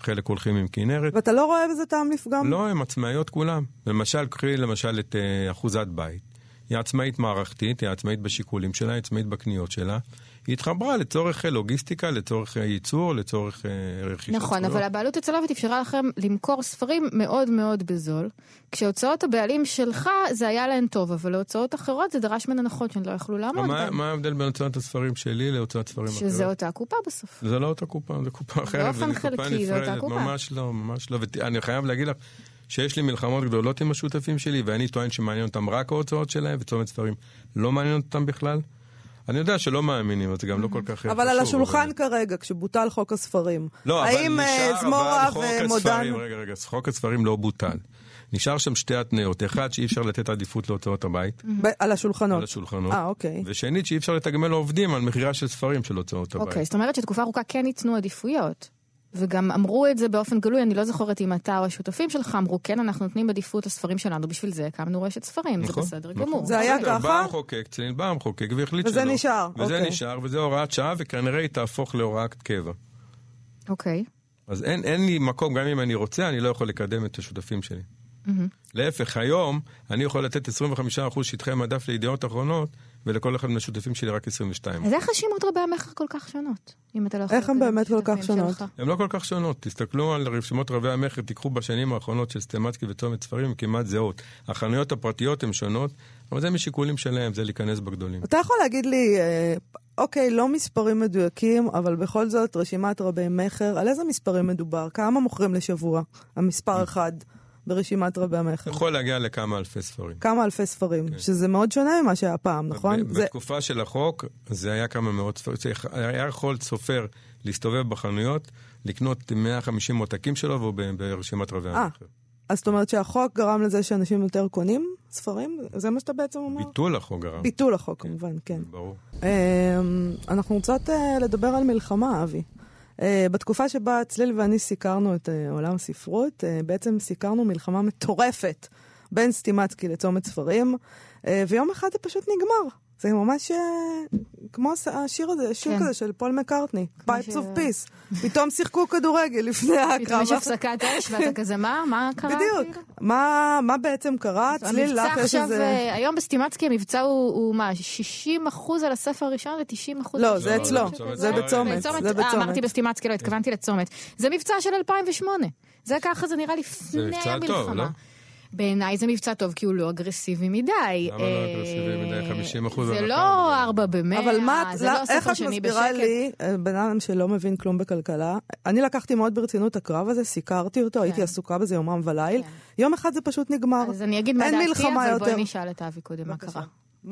חלק הולכים עם כנרת. ואתה לא רואה בזה טעם לפגם? לא, הן עצמאיות כולם. למשל, קחי למשל את אחוזת בית. היא עצמאית מערכתית, היא עצמאית בשיקולים שלה, היא עצמאית בקניות שלה. היא התחברה לצורך לוגיסטיקה, לצורך ייצור, לצורך רכישת זכויות. נכון, אבל הבעלות הצלבת אפשרה לכם למכור ספרים מאוד מאוד בזול. כשהוצאות הבעלים שלך זה היה להן טוב, אבל להוצאות אחרות זה דרש מן הנחות שהן לא יכלו לעמוד. מה ההבדל בין הוצאות הספרים שלי להוצאות ספרים אחרות? שזה אותה קופה בסוף. זה לא אותה קופה, זה קופה אחרת. באופן חלקי, זה אותה קופה. ממש לא, ממש לא. ואני חייב להגיד לך שיש לי מלחמות גדולות עם השותפים שלי, ואני טוען שמעניין אותם רק ההוצאות שלהם, וצומת ספרים לא מעניין אותם בכלל. אני יודע שלא מאמינים, זה גם לא כל כך חשוב. אבל על השולחן כרגע, כשבוטל חוק הספרים, לא, האם זמורה ומודן... רגע, חוק הספרים לא בוטל. נשאר שם שתי התניות. אחד, שאי אפשר לתת עדיפות להוצאות הבית. על השולחנות. על השולחנות. אוקיי. ושנית, שאי אפשר לתגמל עובדים על מחירה של ספרים של הוצאות הבית. אוקיי, זאת אומרת שתקופה ארוכה כן ייתנו עדיפויות. וגם אמרו את זה באופן גלוי, אני לא זוכרת אם אתה או השותפים שלך אמרו, כן, אנחנו נותנים עדיפות לספרים שלנו, בשביל זה הקמנו רשת ספרים, זה בסדר גמור. זה היה ככה? בא המחוקק והחליט שלא. וזה נשאר. וזה נשאר, וזה הוראת שעה, וכנראה היא תהפוך להוראת קבע. אוקיי. אז אין לי מקום, גם אם אני רוצה, אני לא יכול לקדם את השותפים שלי. להפך, היום אני יכול לתת 25% שטחי מדף לידיעות אחרונות, ולכל אחד מהשותפים שלי רק 22. אז איך רשימות רבי המחר כל כך שונות? איך הן באמת כל כך שונות? הן לא כל כך שונות. תסתכלו על רשימות רבי המחר, תיקחו בשנים האחרונות של סטמצקי וצומת ספרים, כמעט זהות. החנויות הפרטיות הן שונות, אבל זה משיקולים שלהם, זה להיכנס בגדולים. אתה יכול להגיד לי, אוקיי, לא מספרים מדויקים, אבל בכל זאת רשימת רבי מחר, על איזה מספרים מדובר? כמה מוכרים לשבוע? המספר אחד. ברשימת רבי המחר. יכול להגיע לכמה אלפי ספרים. כמה אלפי ספרים, שזה מאוד שונה ממה שהיה פעם, נכון? בתקופה של החוק, זה היה כמה מאות ספרים. היה יכול סופר להסתובב בחנויות, לקנות 150 מותקים שלו ברשימת רבי המחר. אז זאת אומרת שהחוק גרם לזה שאנשים יותר קונים ספרים? זה מה שאתה בעצם אומר? ביטול החוק גרם. ביטול החוק, כמובן, כן. ברור. אנחנו רוצות לדבר על מלחמה, אבי. בתקופה שבה צליל ואני סיקרנו את עולם הספרות, בעצם סיקרנו מלחמה מטורפת בין סטימצקי לצומת ספרים, ויום אחד זה פשוט נגמר. זה ממש כמו השיר הזה, שיר כזה של פול מקארטני, Pipes of Peace. פתאום שיחקו כדורגל לפני הקרב. פתאום יש הפסקת אש ואתה כזה, מה קרה? בדיוק. מה בעצם קרה? צליל לך יש איזה... היום בסטימצקי המבצע הוא מה? 60% על הספר הראשון ו-90%? לא, זה אצלו. זה בצומת. אמרתי בסטימצקי, לא התכוונתי לצומת. זה מבצע של 2008. זה ככה זה נראה לפני המלחמה. בעיניי זה מבצע טוב, כי הוא לא אגרסיבי מדי. למה לא אגרסיבי מדי? 50% זה לא 4 ב-100, אבל זה לא ספר שני בשקט. איך את מסבירה לי, בן אדם שלא מבין כלום בכלכלה, אני לקחתי מאוד ברצינות הקרב הזה, סיקרתי אותו, הייתי עסוקה בזה יומם וליל, יום אחד זה פשוט נגמר. אז אני אגיד מה דעתי, אבל בואי נשאל את אבי קודם, מה קרה?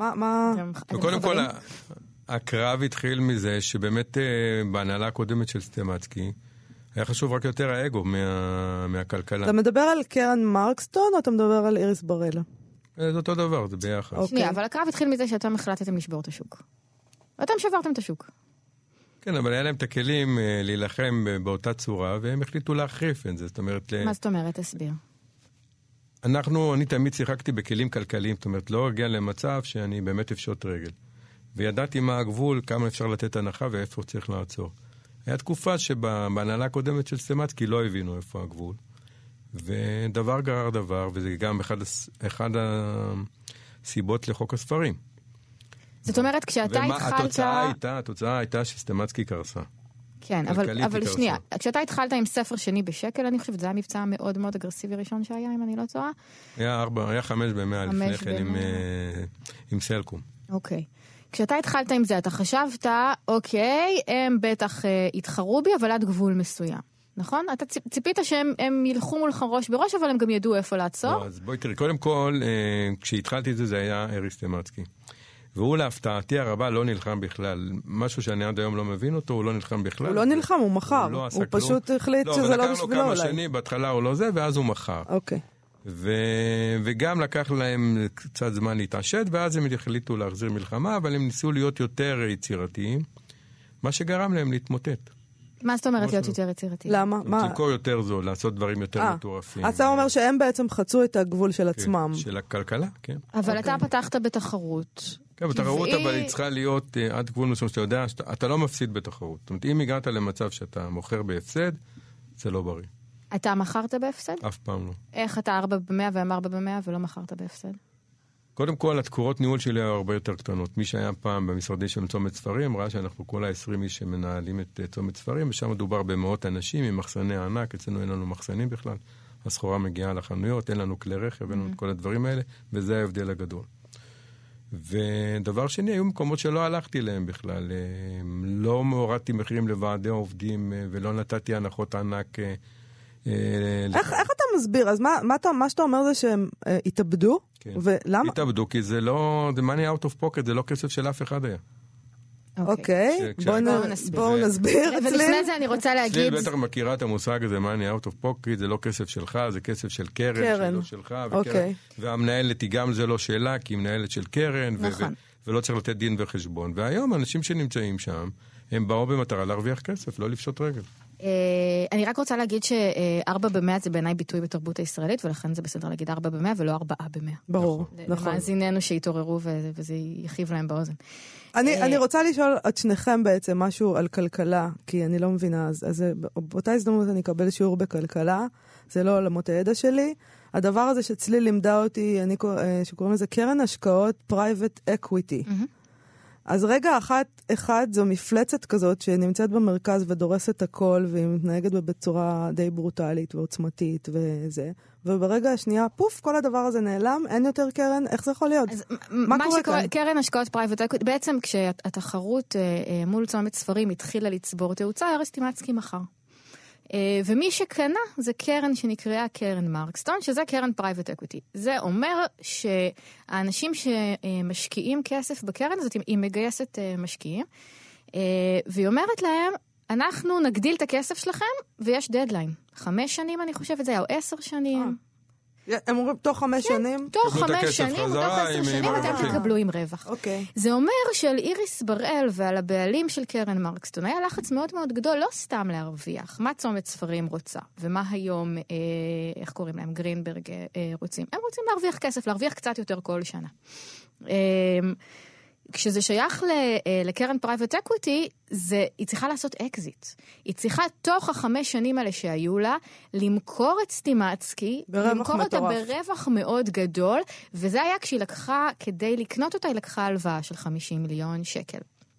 קודם כל, הקרב התחיל מזה שבאמת בהנהלה הקודמת של סטימצקי, היה חשוב רק יותר האגו מהכלכלה. אתה מדבר על קרן מרקסטון, או אתה מדבר על איריס ברלה? זה אותו דבר, זה ביחד. שנייה, אבל הקרב התחיל מזה שאתם החלטתם לשבור את השוק. ואתם שברתם את השוק. כן, אבל היה להם את הכלים להילחם באותה צורה, והם החליטו להחריף את זה. זאת אומרת... מה זאת אומרת? תסביר. אני תמיד שיחקתי בכלים כלכליים, זאת אומרת, לא הגיע למצב שאני באמת אפשוט רגל. וידעתי מה הגבול, כמה אפשר לתת הנחה ואיפה צריך לעצור. היה תקופה שבהנהלה הקודמת של סטימצקי לא הבינו איפה הגבול. ודבר גרר דבר, וזה גם אחד הסיבות לחוק הספרים. זאת אומרת, כשאתה התחלת... התוצאה הייתה שסטימצקי קרסה. כן, אבל שנייה, כשאתה התחלת עם ספר שני בשקל, אני חושבת, זה היה מבצע מאוד מאוד אגרסיבי ראשון שהיה, אם אני לא טועה. היה 5 ב-100 לפני כן עם סלקום. אוקיי. כשאתה התחלת עם זה, אתה חשבת, אוקיי, הם בטח התחרו בי, אבל עד גבול מסוים. נכון? אתה ציפית שהם ילכו מולך ראש בראש, אבל הם גם ידעו איפה לעצור? לא, אז בואי תראי, קודם כל, כשהתחלתי את זה, זה היה אריס סטימצקי. והוא להפתעתי הרבה לא נלחם בכלל. משהו שאני עד היום לא מבין אותו, הוא לא נלחם בכלל. הוא לא נלחם, הוא מחר. הוא פשוט החליט שזה לא בשבילו אולי. כמה שני, בהתחלה הוא לא זה, ואז הוא מחר. אוקיי. וגם לקח להם קצת זמן להתעשת, ואז הם החליטו להחזיר מלחמה, אבל הם ניסו להיות יותר יצירתיים, מה שגרם להם להתמוטט. מה זאת אומרת להיות יותר יצירתיים? למה? למכור יותר זול, לעשות דברים יותר מטורפים. אתה אומר שהם בעצם חצו את הגבול של עצמם. של הכלכלה, כן. אבל אתה פתחת בתחרות. כן, בתחרות, אבל היא צריכה להיות עד גבול מסוים שאתה יודע, אתה לא מפסיד בתחרות. זאת אומרת, אם הגעת למצב שאתה מוכר בהפסד, זה לא בריא. אתה מכרת בהפסד? אף פעם לא. איך אתה 4 ב-100 ו-4 ב-100 ולא מכרת בהפסד? קודם כל, התקורות ניהול שלי היו הרבה יותר קטנות. מי שהיה פעם במשרדי של צומת ספרים, ראה שאנחנו כל ה-20 איש שמנהלים את צומת ספרים, ושם מדובר במאות אנשים עם מחסני ענק, אצלנו אין לנו מחסנים בכלל. הסחורה מגיעה לחנויות, אין לנו כלי רכב, אין לנו את כל הדברים האלה, וזה ההבדל הגדול. ודבר שני, היו מקומות שלא הלכתי להם בכלל. לא הורדתי מחירים לוועדי העובדים, ולא נתתי הנחות ענק. איך אתה מסביר? אז מה שאתה אומר זה שהם התאבדו? כן. ולמה? התאבדו, כי זה לא, the money out of pocket, זה לא כסף של אף אחד היה. אוקיי, בואו נסביר. ולפני זה אני רוצה להגיד... צליל בטח מכירה את המושג הזה, money out of pocket, זה לא כסף שלך, זה כסף של קרן, שלא שלך, והמנהלת היא גם זה לא שאלה, כי היא מנהלת של קרן, ולא צריך לתת דין וחשבון. והיום אנשים שנמצאים שם, הם באו במטרה להרוויח כסף, לא לפשוט רגל. אני רק רוצה להגיד ש4 ב-100 זה בעיניי ביטוי בתרבות הישראלית, ולכן זה בסדר להגיד 4 ב-100 ולא 4 ב-100. ברור, נכון. למאזיננו שהתעוררו וזה יחיב להם באוזן. אני רוצה לשאול את שניכם בעצם משהו על כלכלה, כי אני לא מבינה, אז באותה הזדמנות אני אקבל שיעור בכלכלה, זה לא עולמות הידע שלי. הדבר הזה שצליל לימדה אותי, שקוראים לזה קרן השקעות פרייבט אקוויטי. אז רגע אחד זו מפלצת כזאת שנמצאת במרכז ודורסת הכל, והיא מתנהגת בצורה די ברוטלית ועוצמתית וזה. וברגע השנייה, פוף, כל הדבר הזה נעלם, אין יותר קרן, איך זה יכול להיות? מה קורה כאן? קרן השקעות פרייבט אקוויטי, בעצם כשהתחרות מול צומת ספרים התחילה לצבור תאוצה, ארז סטימצקי מכר. ומי שקנה זה קרן שנקראה קרן מרקסטון, שזה קרן פרייבט אקוויטי. זה אומר שהאנשים שמשקיעים כסף בקרן הזאת, היא מגייסת משקיעים, והיא אומרת להם, אנחנו נגדיל את הכסף שלכם, ויש דדליין. 5 שנים אני חושבת, זה היה, או 10 שנים. הם אומרים, תוך 5 שנים? תוך 5 שנים, תוך 10 שנים, אתם תקבלו עם רווח. זה אומר שעל איריס בראל ועל הבעלים של קרן מרקסטון, היה לחץ מאוד מאוד גדול, לא סתם להרוויח. מה צומת ספרים רוצה? ומה היום, איך קוראים להם, גרינברג רוצים? הם רוצים להרוויח כסף, להרוויח קצת יותר כל שנה. כשזה שייך לקרן פרייבט אקוויטי, היא צריכה לעשות אקזיט. היא צריכה תוך 5 שנים האלה שהיו לה, למכור את סטימצקי, למכור אותה ברווח מאוד גדול, וזה היה כשהיא לקחה, כדי לקנות אותה, היא לקחה הלוואה של 50 מיליון שקל.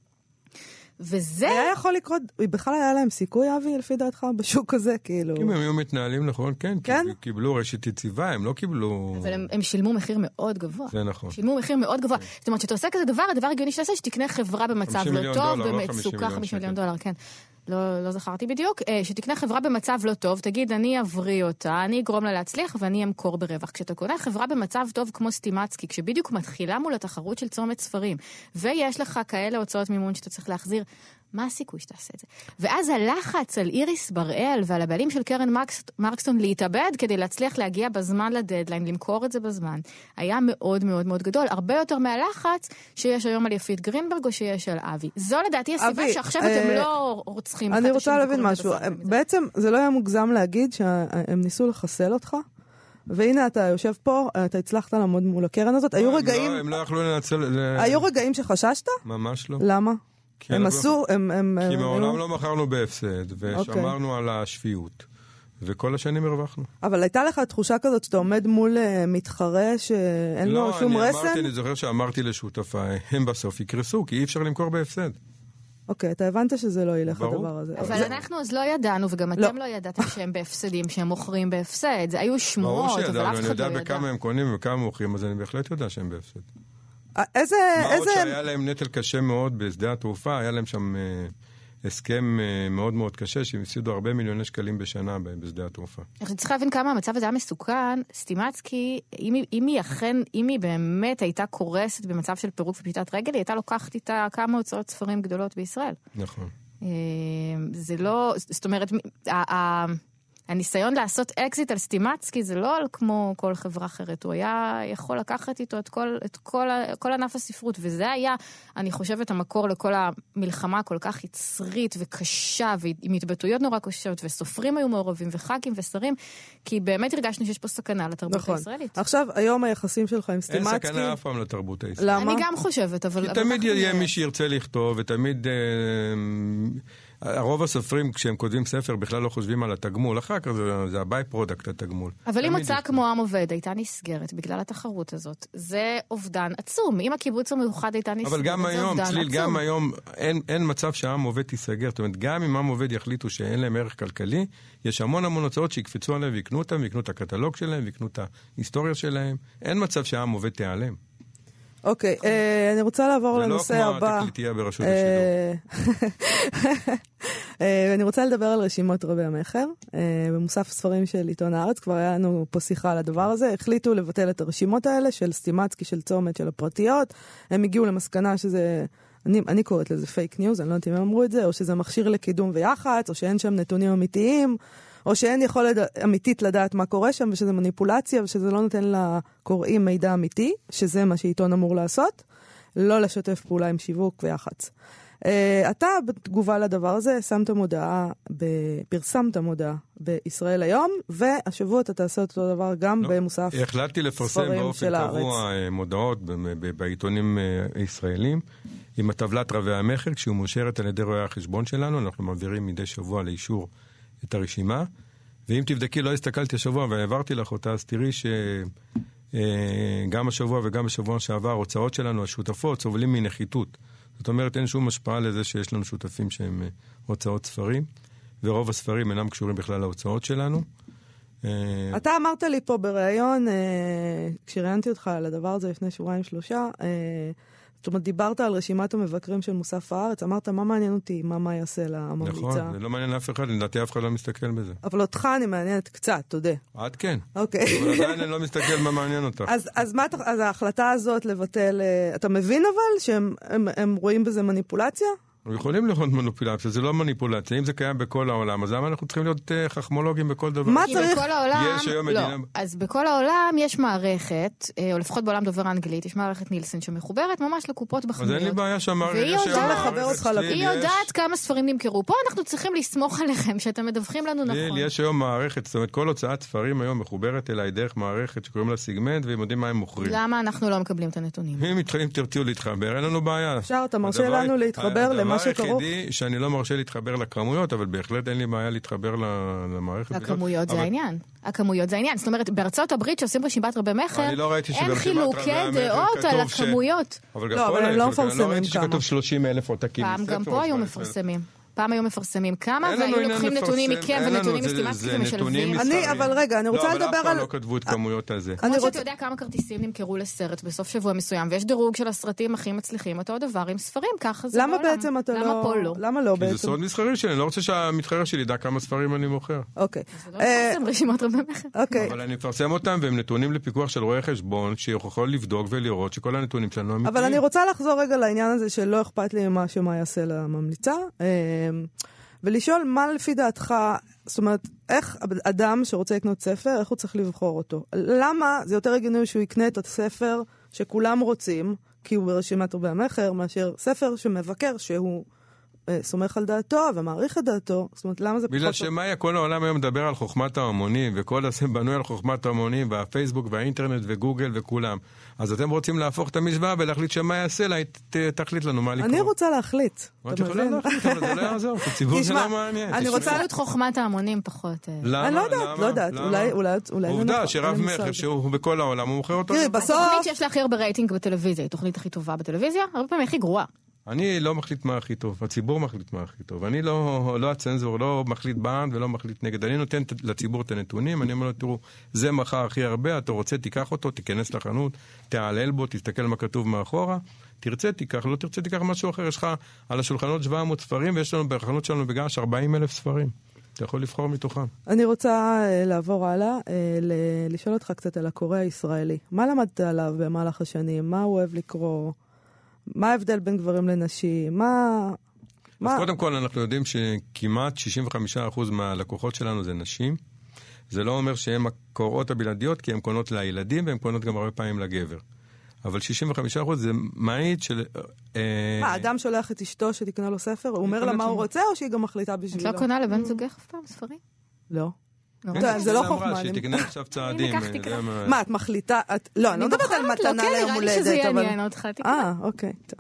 וזה... היה יכול לקרות, בכלל היה להם סיכוי, אבי, לפי דעתך, בשוק הזה, כאילו... אם הם היו מתנהלים נכון, כן, כן? קיבלו רשת יציבה, הם לא קיבלו... אבל הם שילמו מחיר מאוד גבוה. זה נכון. שילמו מחיר מאוד גבוה. זאת אומרת, שאתה עושה כזה דבר, הדבר הגיוני שתעשה, שתקנה חברה במצב לא טוב, במצוקה 50 מיליון דולר, כן. לא זכרתי בדיוק, שתקנה חברה במצב לא טוב, תגיד, אני אבריא אותה, אני אגרום לה להצליח ואני אמכור ברווח. כשאתה קונה חברה במצב טוב כמו סטימצקי, כשבדיוק מתחילה מול התחרות של צומת ספרים, ויש לך כאלה הוצאות מימון שאתה צריך להחזיר, מה הסיכוי שתעשה את זה? ואז הלחץ על איריס בראל ועל הבעלים של קרן מרקסטון להתאבד כדי להצליח להגיע בזמן לדדליין, למכור את זה בזמן, היה מאוד מאוד מאוד גדול, הרבה יותר מהלחץ שיש היום על יפית גרינברג או שיש על אבי. זו לדעתי הסיבה שעכשיו אתם לא רוצחים. אני רוצה להבין משהו. בעצם זה לא היה מוגזם להגיד שהם ניסו לחסל אותך? והנה אתה יושב פה, אתה הצלחת לעמוד מול הקרן הזאת. היו רגעים... הם לא יכלו לנצל... היו רגעים שחששת? ממש לא. למה? הם עשו... כי מעולם לא מכרנו בהפסד, ושמרנו על השפיות, וכל השנים הרווחנו. אבל הייתה לך תחושה כזאת שאתה עומד מול מתחרה שאין לו שום רסן? לא, אני זוכר שאמרתי לשותפה, הם בסוף יקרסו, כי אי אפשר למכור בהפסד. אוקיי, אתה הבנת שזה לא ילך הדבר הזה. אבל אנחנו אז לא ידענו, וגם אתם לא ידעתם שהם בהפסדים, שהם מוכרים בהפסד. זה היו שמועות, אבל אף אחד לא ידע. אני יודע בכמה הם קונים וכמה מוכרים, אז אני בהחלט יודע שהם בהפסד. מה עוד שהיה להם נטל קשה מאוד בשדה התעופה, היה להם שם הסכם מאוד מאוד קשה, שהם הפסידו הרבה מיליוני שקלים בשנה בשדה התעופה. אני צריכה להבין כמה המצב הזה היה מסוכן. סטימצקי, אם היא באמת הייתה קורסת במצב של פירוק ופשיטת רגל, היא הייתה לוקחת איתה כמה הוצאות ספרים גדולות בישראל. נכון. זה לא, זאת אומרת, הניסיון לעשות אקזיט על סטימצקי זה לא כמו כל חברה אחרת, הוא היה יכול לקחת איתו את כל ענף הספרות, וזה היה, אני חושבת, המקור לכל המלחמה כל כך יצרית וקשה, ועם התבטאויות נורא קשות, וסופרים היו מעורבים, וח"כים ושרים, כי באמת הרגשנו שיש פה סכנה לתרבות הישראלית. עכשיו, היום היחסים שלך עם סטימצקי... אין סכנה אף פעם לתרבות הישראלית. אני גם חושבת, אבל... תמיד יהיה מי שירצה לכתוב, ותמיד... הרוב הסופרים, כשהם כותבים ספר, בכלל לא חושבים על התגמול. אחר כך זה הביי פרודקט, התגמול. אבל אם הוצאה כמו עם עובד הייתה נסגרת בגלל התחרות הזאת, זה אובדן עצום. אם הקיבוץ המאוחד הייתה נסגרת, אבל גם היום, צליל, גם היום אין מצב שהעם עובד תיסגר. זאת אומרת, גם אם עם עובד יחליטו שאין להם ערך כלכלי, יש המון הוצאות שיקפצו עליהם ויקנו אותם, ויקנו את הקטלוג שלהם, ויקנו את ההיסטוריה שלהם. אין מצב שהעם עובד תיעלם. אוקיי, אני רוצה לעבור לנושא הבא. זה לא כמו התקליטייה ברשות השידור. אני רוצה לדבר על רשימות רבי המחר. במוסף ספרים של עיתון הארץ, כבר היה לנו פה שיחה על הדבר הזה. החליטו לבטל את הרשימות האלה של סטימצקי, של צומת, של הפרטיות. הם הגיעו למסקנה שזה, אני קוראת לזה פייק ניוז, אני לא יודעת אם הם אמרו את זה, או שזה מכשיר לקידום ויח"צ, או שאין שם נתונים אמיתיים, או שאין יכולת אמיתית לדעת מה קורה שם, ושזה מניפולציה, ושזה לא נותן לקוראים מידע אמיתי, שזה מה שעיתון אמור לעשות, לא לשתף פעולה עם שיווק ויח"צ. אתה בתגובה לדבר הזה פרסמת מודעה בישראל היום, והשבוע אתה תעשה אותו דבר גם במוסף ספרים של הארץ. החלטתי לפרסם באופן קבוע מודעות בעיתונים הישראלים, עם הטבלת רבי המחר, כשהוא מאושרת על ידי רואי החשבון שלנו, אנחנו מעבירים מדי שבוע לאישור את הרשימה, ואם תבדקי, לא הסתכלתי השבוע, והעברתי לך אותה, אז תראי שגם השבוע וגם בשבוע שעבר, הוצאות שלנו, השותפות, סובלים מנחיתות. זאת אומרת, אין שום השפעה לזה שיש לנו שותפים שהם הוצאות ספרים, ורוב הספרים אינם קשורים בכלל להוצאות שלנו. אתה אמרת לי פה בראיון, כשראיינתי אותך על הדבר הזה לפני שבועיים-שלושה, זאת אומרת, דיברת על רשימת המבקרים של מוסף הארץ, אמרת, מה מעניין אותי, מה יעשה לממליצה? נכון, זה לא מעניין אף אחד, לדעתי אף אחד לא מסתכל בזה. אבל אותך אני מעניינת קצת, תודה. עד כן. אוקיי. אבל עדיין אני לא מסתכל מה מעניין אותך. אז ההחלטה הזאת לבטל, אתה מבין אבל שהם רואים בזה מניפולציה? אנחנו יכולים לראות מניפולציה, זה לא מניפולציה. אם זה קיים בכל העולם, אז למה אנחנו צריכים להיות חכמולוגים בכל דבר? מה צריך? בכל העולם, יש היום לא. מדינה... אז בכל העולם יש מערכת, או לפחות בעולם דובר האנגלית, יש מערכת נילסון שמחוברת ממש לקופות בחנויות. אז אין לי בעיה שהמערכת... היא יודעת כמה ספרים נמכרו. פה אנחנו צריכים לסמוך עליכם, שאתם מדווחים לנו נכון. יש היום מערכת, זאת אומרת, כל הוצאת ספרים היום מחוברת אליי דרך מערכת שקוראים לה סיגמנט, והם יודעים מה הם מוכרים. למה אנחנו לא מקבלים את הנתונים? אם תרצו להתחבר, אין לנו בעיה. אפשר, אתה מרשה לנו להתחבר למה שקרוב? שאני לא מרשה להתחבר לכמויות, אבל בהחלט אין לי בעיה להתחבר למערכת. הכמויות זה העניין. הכמויות זה העניין. זאת אומרת, בארצות הברית שעושים רשימת רבי מחר, אין חילוקי דעות על הכמויות. אבל הם לא מפרסמים כמה. לא ראיתי שכתוב 30,000 עותקים. פעם גם פה היו מפרסמים. פעם היו מפרסמים כמה, והיו לוקחים נתונים מכם ונתונים מסטימצקי ומשלבים. אבל רגע, אני רוצה לדבר על... אבל אף פעם לא כתבו את כמויות הזה. כמו שאתה יודע כמה כרטיסים נמכרו לסרט בסוף שבוע מסוים, ויש דירוג של הסרטים הכי מצליחים, אותו דבר עם ספרים, ככה זה בעולם. למה בעצם אתה לא... למה פה לא? למה לא בעצם? כי זה סוד מסחרי שלי, אני לא רוצה שהמתחרה שלי ידע כמה ספרים אני מוכר. אוקיי. זה לא מפרסם רשימות רבי מחר. אוקיי. אבל אני מפרסם אותם, והם נתונים לפיקוח של רואי חשבון, שיכול לבדוק ולראות שכל הנתונים שלנו אמיתיים. אבל אני רוצה לחזור רגע לעניין הזה שלא אכפת לי מה יעשה לממליצה. ולשאול מה לפי דעתך, זאת אומרת, איך אדם שרוצה לקנות ספר, איך הוא צריך לבחור אותו? למה זה יותר הגיוני שהוא יקנה את הספר שכולם רוצים, כי הוא ברשימת רבי המחר, מאשר ספר שמבקר שהוא סומך על דעתו ומעריך את דעתו? זאת אומרת, למה זה פחות... בגלל שמאיה, כל העולם היום מדבר על חוכמת ההמונים, וכל הזה בנוי על חוכמת ההמונים, והפייסבוק והאינטרנט וגוגל וכולם. אז אתם רוצים להפוך את המשוואה ולהחליט שמה יעשה לה, תחליט לנו מה לקרוא. אני רוצה להחליט. את יכולה להחליט, אבל זה לא יעזור, את הציבור זה לא מעניין. אני רוצה את חוכמת ההמונים פחות. למה? אני לא יודעת, אולי... עובדה שרב מחר שהוא בכל העולם, הוא מוכר אותו. תראי, בסוף... התוכנית שיש לה הכי הרבה רייטינג בטלוויזיה, היא תוכנית הכי טובה בטלוויזיה, הרבה פעמים הכי גרועה. אני לא מחליט מה הכי טוב, הציבור מחליט מה הכי טוב. אני לא הצנזור, לא מחליט בעד ולא מחליט נגד. אני נותן לציבור את הנתונים, אני אומר לו, תראו, זה מחר הכי הרבה, אתה רוצה, תיקח אותו, תיכנס לחנות, תעלל בו, תסתכל מה כתוב מאחורה, תרצה, תיקח, לא תרצה, תיקח משהו אחר. יש לך על השולחנות 700 ספרים, ויש לנו בחנות שלנו בגעש 40,000 ספרים. אתה יכול לבחור מתוכם. אני רוצה לעבור הלאה, לשאול אותך קצת על הקורא הישראלי. מה למדת עליו במהלך השנים? מה הוא אוהב לקרוא? מה ההבדל בין גברים לנשים? אז קודם כל אנחנו יודעים שכמעט 65% מהלקוחות שלנו זה נשים. זה לא אומר שהן הקוראות הבלעדיות, כי הן קונות לילדים, והן קונות גם הרבה פעמים לגבר. אבל 65% זה מעיד של... מה, אדם שולח את אשתו שתקנה לו ספר? הוא אומר לה מה הוא רוצה, או שהיא גם מחליטה בשבילו? את לא קונה לבן זוגך אף פעם ספרים? לא. זה לא חוכמה. שהיא תקנה עכשיו צעדים. מה, את מחליטה? לא, אני לא מדברת על מתנה ליום הולדת. נראה לי שזה יעניין אותך. אוקיי, טוב.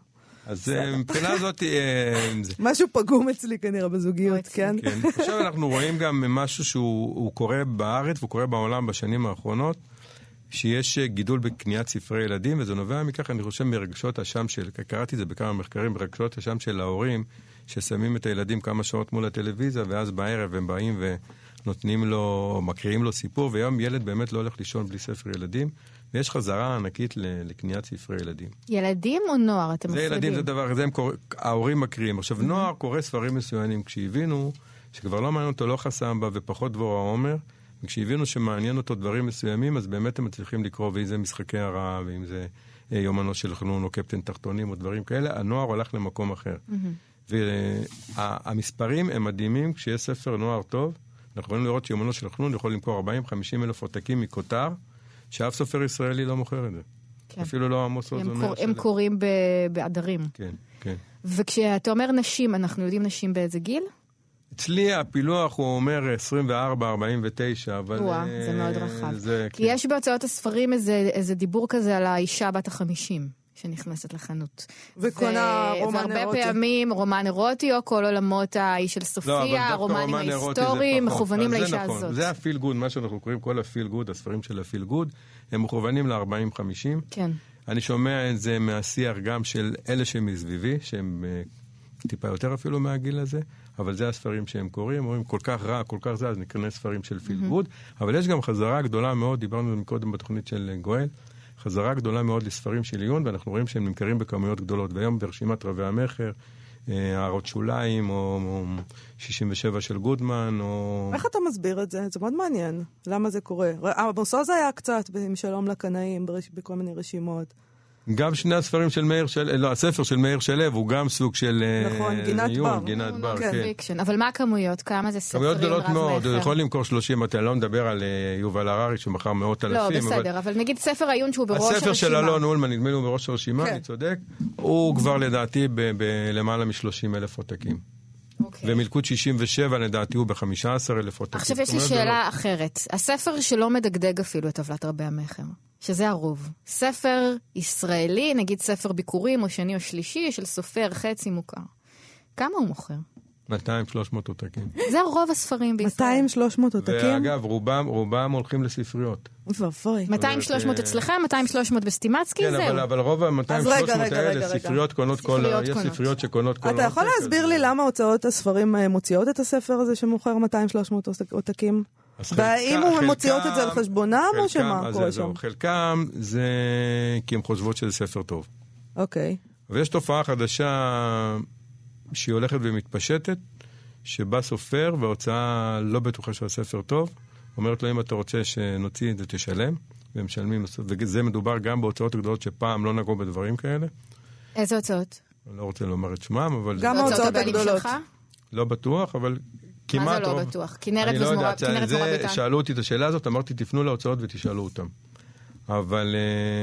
אז מבחינה הזאת... משהו פגום אצלי כנראה בזוגיות, כן? כן. עכשיו אנחנו רואים גם משהו שהוא קורה בארץ והוא קורה בעולם בשנים האחרונות, שיש גידול בקניית ספרי ילדים, וזה נובע מכך, אני חושב, מרגשות השם קראתי את זה בכמה מחקרים, ברגשות השם של ההורים, ששמים את הילדים כמה שעות מול הטלוויזיה, ואז בערב הם באים ונותנים לו, מקריאים לו סיפור, והיום ילד באמת לא הולך לישון בלי ספר ילדים, ויש חזרה ענקית לקניית ספרי ילדים. ילדים או נוער? אתם מפרידים? זה ילדים, זה דבר, זה ההורים מקריאים. עכשיו, נוער קורא ספרים מסוימים, כשהבינו שכבר לא מעניין אותו לא חסם בה ופחות דבור העומר, וכשהבינו שמעניין אותו דברים מסוימים, אז באמת הם מצליחים לקרוא, ואם זה משחקי הרעה, ואם זה יומנו של חנון או קפטן תחתונים או דברים כאלה, הנוער הולך למקום אחר. והמספרים הם מדהימים כשיש ספר נוער טוב, אנחנו יכולים לראות שיומנו של חנון יכול למכור 40-50 אלף עותקים מכותר, שאף סופר ישראלי לא מוכר את זה. כן. אפילו לא עמוס עוז אומר הם קוראים בעדרים. כן, כן. וכשאתה אומר נשים, אנחנו יודעים נשים באיזה גיל? אצלי הפילוח הוא אומר 24-49, אבל... זה מאוד רחב. כי כן. יש בהוצאות הספרים איזה דיבור כזה על האישה בת ה-50 שנכנסת לחנות. וקונה רומן אירוטי. והרבה פעמים רומן אירוטי, או כל עולמות האיש של סופיה, הרומנים ההיסטוריים, מכוונים לאישה הזאת. נכון. זה הפיל גוד, מה שאנחנו קוראים כל הפיל גוד, הספרים של הפיל גוד, הם מכוונים ל-40-50. כן. אני שומע את זה מהשיח גם של אלה שמסביבי, שהם טיפה יותר אפילו מהגיל הזה, אבל זה הספרים שהם קוראים, אומרים כל כך רע, כל כך זה, אז נקרא ספרים של פיל גוד, אבל יש גם חזרה גדולה מאוד, דיברנו מקודם בתוכנית של גואל, חזרה גדולה מאוד לספרים של עיון, ואנחנו רואים שהם נמכרים בכמויות גדולות, והיום ברשימת רבי המחר, הערות שוליים, או 67 של גודמן, או... איך אתה מסביר את זה? זה מאוד מעניין. למה זה קורה? עמוס עוז היה קצת עם שלום לקנאים, בכל מיני רשימות. גם שני הספרים של מאיר שלו, לא, הספר של מאיר שלו הוא גם סוג של נכון, גינת בר. גינת בר, כן. אבל מה הכמויות? כמה זה ספרים רב כמויות מחר? גדולות מאוד, הוא יכול למכור 30, אתה לא מדבר על יובל הררי שמכר מאות אלפים. לא, בסדר, אבל נגיד ספר עיון שהוא בראש הרשימה. הספר של אלון אולמן, נדמה לי הוא בראש הרשימה, אני צודק, הוא כבר לדעתי בלמעלה מ-30,000 עותקים. ומלכוד 67 לדעתי הוא ב-15,000 עותקים. עכשיו יש לי שאלה אחרת. הספר שלא מדגדג אפילו את טבלת רבי המחר, שזה הרוב. ספר ישראלי, נגיד ספר ביקורים או שני או שלישי, של סופר חצי מוכר. כמה הוא מוכר? 200-300 עותקים. זה רוב הספרים בישראל. 200-300 עותקים? ואגב, רובם הולכים לספריות. 200-300 אצלכם, 200-300 בסטימצקי, זהו. כן, אבל רוב ה-200-300 האלה, ספריות קונות כל... יש ספריות שקונות כל... אתה יכול להסביר לי למה הוצאות הספרים מוציאות את הספר הזה שמוכר 200-300 עותקים? והאם הוא מוציאות את זה על חשבונם או שמה קורה שם? חלקם זה כי הם חושבות שזה ספר טוב. אוקיי. ויש תופעה חדשה שהיא הולכת ומתפשטת, שבא סופר וההוצאה לא בטוחה שהספר טוב, אומרת לו אם אתה רוצה שנוציא את זה תשלם, והם משלמים, וזה מדובר גם בהוצאות הגדולות שפעם לא נגעו בדברים כאלה. איזה הוצאות? אני לא רוצה לומר את שמם, אבל... גם ההוצאות הגדולות. לא בטוח, אבל כמעט... מה זה לא בטוח? כנרת נורא ביטן. שאלו אותי את השאלה הזאת, אמרתי תפנו להוצאות ותשאלו אותם. אבל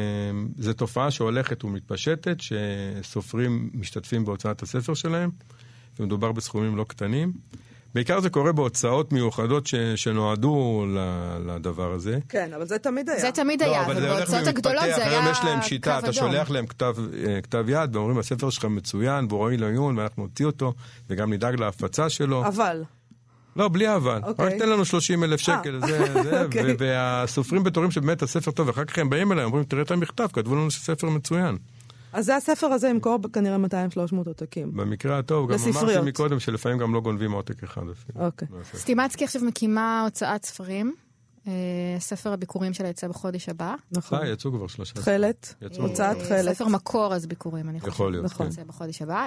זו תופעה שהולכת ומתפשטת, שסופרים משתתפים בהוצאת הספר שלהם, ומדובר בסכומים לא קטנים. בעיקר זה קורה בהוצאות מיוחדות שנועדו לדבר הזה. כן, אבל זה תמיד היה. זה תמיד היה, אבל בהוצאות הגדולות זה היה... היום יש להם שיטה, אתה שולח להם כתב יד, ואומרים, הספר שלך מצוין, והוא ראוי לעיון, ואנחנו נוציא אותו, וגם נדאג להפצה שלו. אבל... לא, בלי אבל. רק תן לנו 30,000 שקל, והסופרים בתורים שבאמת הספר טוב, ואחר כך הם באים אליי, אומרים, תראה את המכתב, כתבו לנו שספר מצוין. אז זה הספר הזה ימכור כנראה 200-300 עותקים. במקרה הטוב, גם אמרתי מקודם שלפעמים גם לא גונבים עותק אחד אפילו. אוקיי. סטימצקי עכשיו מקימה הוצאת ספרים, ספר הביקורים שלה יצא בחודש הבא. נכון. יצאו כבר 3. תכלת, הוצאת תכלת. ספר מקור אז ביקורים, אני חושבת. יכול להיות, כן. יצא בחודש הבא.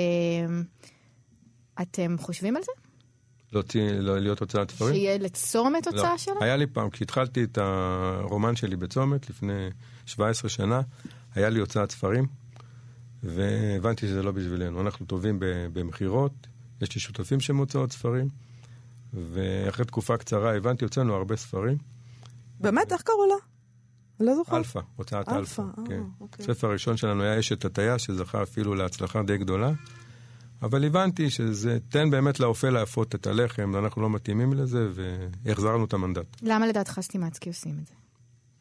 אתם חושבים על זה? להיות הוצאת ספרים? שיהיה לצומת הוצאה שלה? היה לי פעם, כשהתחלתי את הרומן שלי בצומת, לפני 17 שנה, היה לי הוצאת ספרים, והבנתי שזה לא בשבילנו. אנחנו טובים במחירות, יש לי שותפים שהם הוצאות ספרים, ואחרי תקופה קצרה הבנתי, הוצאנו הרבה ספרים. באמת? איך קראו לה? לא זוכר. אלפא, הוצאת אלפא. הספר הראשון שלנו היה אשת הטיה, שזכה אפילו להצלחה די גדולה, אבל הבנתי שזה תן באמת לאופה להפות את הלחם, ואנחנו לא מתאימים לזה, והחזרנו את המנדט. למה לדעתך סטימצקי עושים את זה?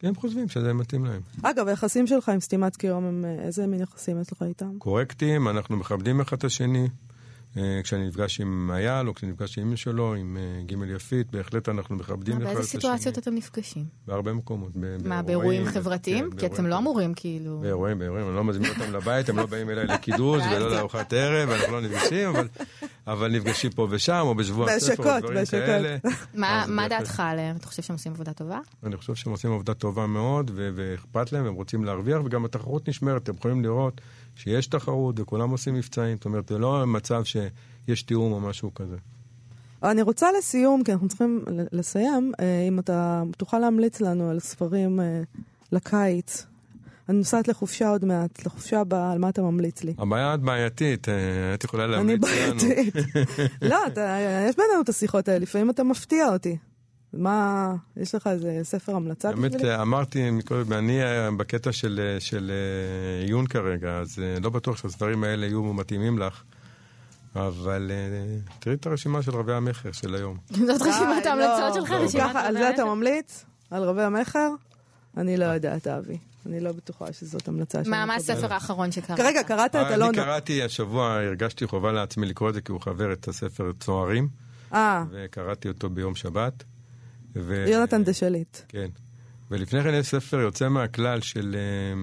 הם חושבים שזה מתאים להם. אגב, היחסים שלך עם סתימת קיום, איזה מין יחסים יש לך איתם? קורקטים, אנחנו מכבדים אחד את השני. כשאני נפגש עם אייל, או כשאני נפגש עם אמא שלו, עם ג' יפית, בהחלט אנחנו מכבדים אחד את השני. באיזה סיטואציות אתם נפגשים? בהרבה מקומות. מה, באירועים חברתיים? כי אתם לא אמורים כאילו... באירועים, אני לא מזמין אותם לבית, הם לא באים אליי לקידוש ולא לארוחת ערב, אנחנו לא נפגשים, אבל נפגשים פה ושם, או בשבוע הספר, או דברים כאלה. מה דעתך עליהם? אתה חושב שהם עושים עבודה טובה? אני חושב שהם עושים עבודה טובה מאוד, ואכפת להם, הם רוצים להרוויח, וגם התחרות נשמרת, אתם יכולים לראות שיש תחרות, וכולם עושים מבצעים, זאת אומרת, זה לא מצב שיש תיאום או משהו כזה. אני רוצה לסיום, כי אנחנו צריכים לסיים, אם אתה תוכל להמליץ לנו על ספרים לקיץ. אני נוסעת לחופשה עוד מעט, לחופשה הבאה, על מה אתה ממליץ לי? הבעיה את בעייתית, את יכולה להמליץ לנו. אני בעייתית. לא, יש בינינו את השיחות האלה, לפעמים אתה מפתיע אותי. מה, יש לך איזה ספר המלצה? באמת אמרתי, אני בקטע של עיון כרגע, אז לא בטוח שהספרים האלה יהיו מתאימים לך, אבל תראי את הרשימה של רבי המחר של היום. זאת רשימת ההמלצות שלך, רשימת רבי המחר? על זה אתה ממליץ? על רבי המחר? אני לא יודעת, אבי. אני לא בטוחה שזאת המלצה שלי. מה הספר האחרון שקראת? כרגע קראת את אלון. אני קראתי השבוע, הרגשתי חובה לעצמי לקרוא את זה, כי הוא חבר את הספר צוערים, וקראתי אותו ביום שבת. יונתן דשליט. כן. ולפני כן יש ספר יוצא מהכלל של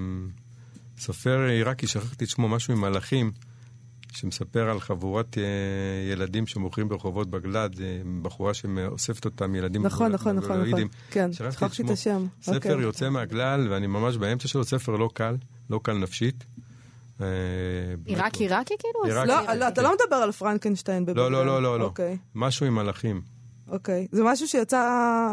סופר עיראקי, שכחתי את שמו, משהו עם מלאכים, שמספר על חבורת ילדים שמוכרים ברחובות בגלד, בחורה שאוספת אותם, ילדים נכון. כן, שכחתי את השם. ספר יוצא מהכלל, ואני ממש באמצע שלו, ספר לא קל נפשית. עיראקי כאילו? לא, אתה לא מדבר על פרנקנשטיין בבגלד. לא. משהו עם מלאכים. אוקיי, זה משהו שיצא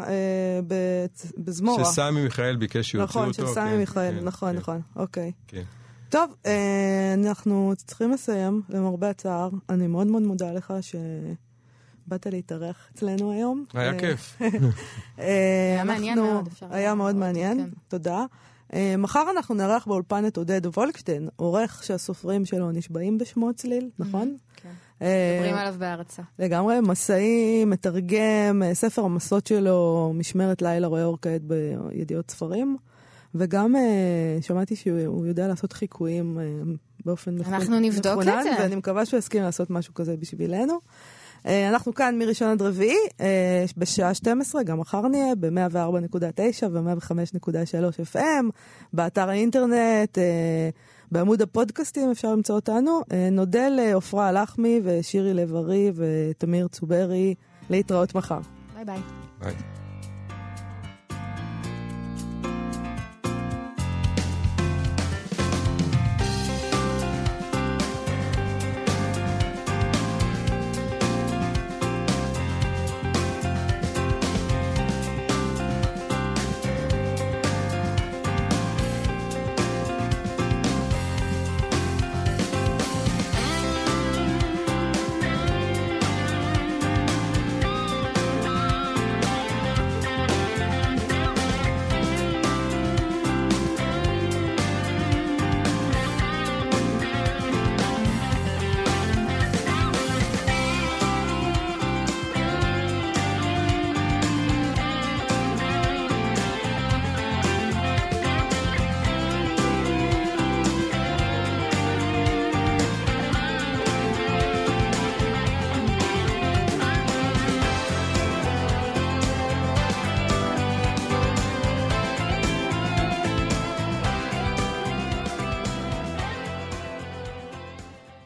בזמורה. שסמי מיכאל ביקש שיוצאו אותו. נכון, שסמי מיכאל, נכון, אוקיי. כן. טוב, אנחנו צריכים לסיים, למרבה הצער. אני מאוד מאוד מודה לך שבאת להתארח אצלנו היום. היה כיף. היה מעניין מאוד. היה מאוד מעניין, תודה. מחר אנחנו נערך באולפן את עודד וולקשטיין, עורך שהסופרים שלו נשבעים בשמו צליל, נכון? כן. מדברים עליו בהרצה. לגמרי, מסעי, מתרגם, ספר המסות שלו, משמרת לילה רואה אור כעת בידיעות ספרים, וגם שמעתי שהוא יודע לעשות חיקויים באופן מכונן. אנחנו נבדוק את זה. ואני מקווה שהוא יסכים לעשות משהו כזה בשבילנו. אנחנו כאן מראשון עד רביעי, בשעה 12, גם מחר נהיה, ב-104.9 ו-105.3 FM, באתר האינטרנט, בעמוד הפודקאסטים אפשר למצוא אותנו. נודה לאופרה הלחמי ושירי לב-ארי ותמיר צוברי, להתראות מחר. ביי ביי. ביי.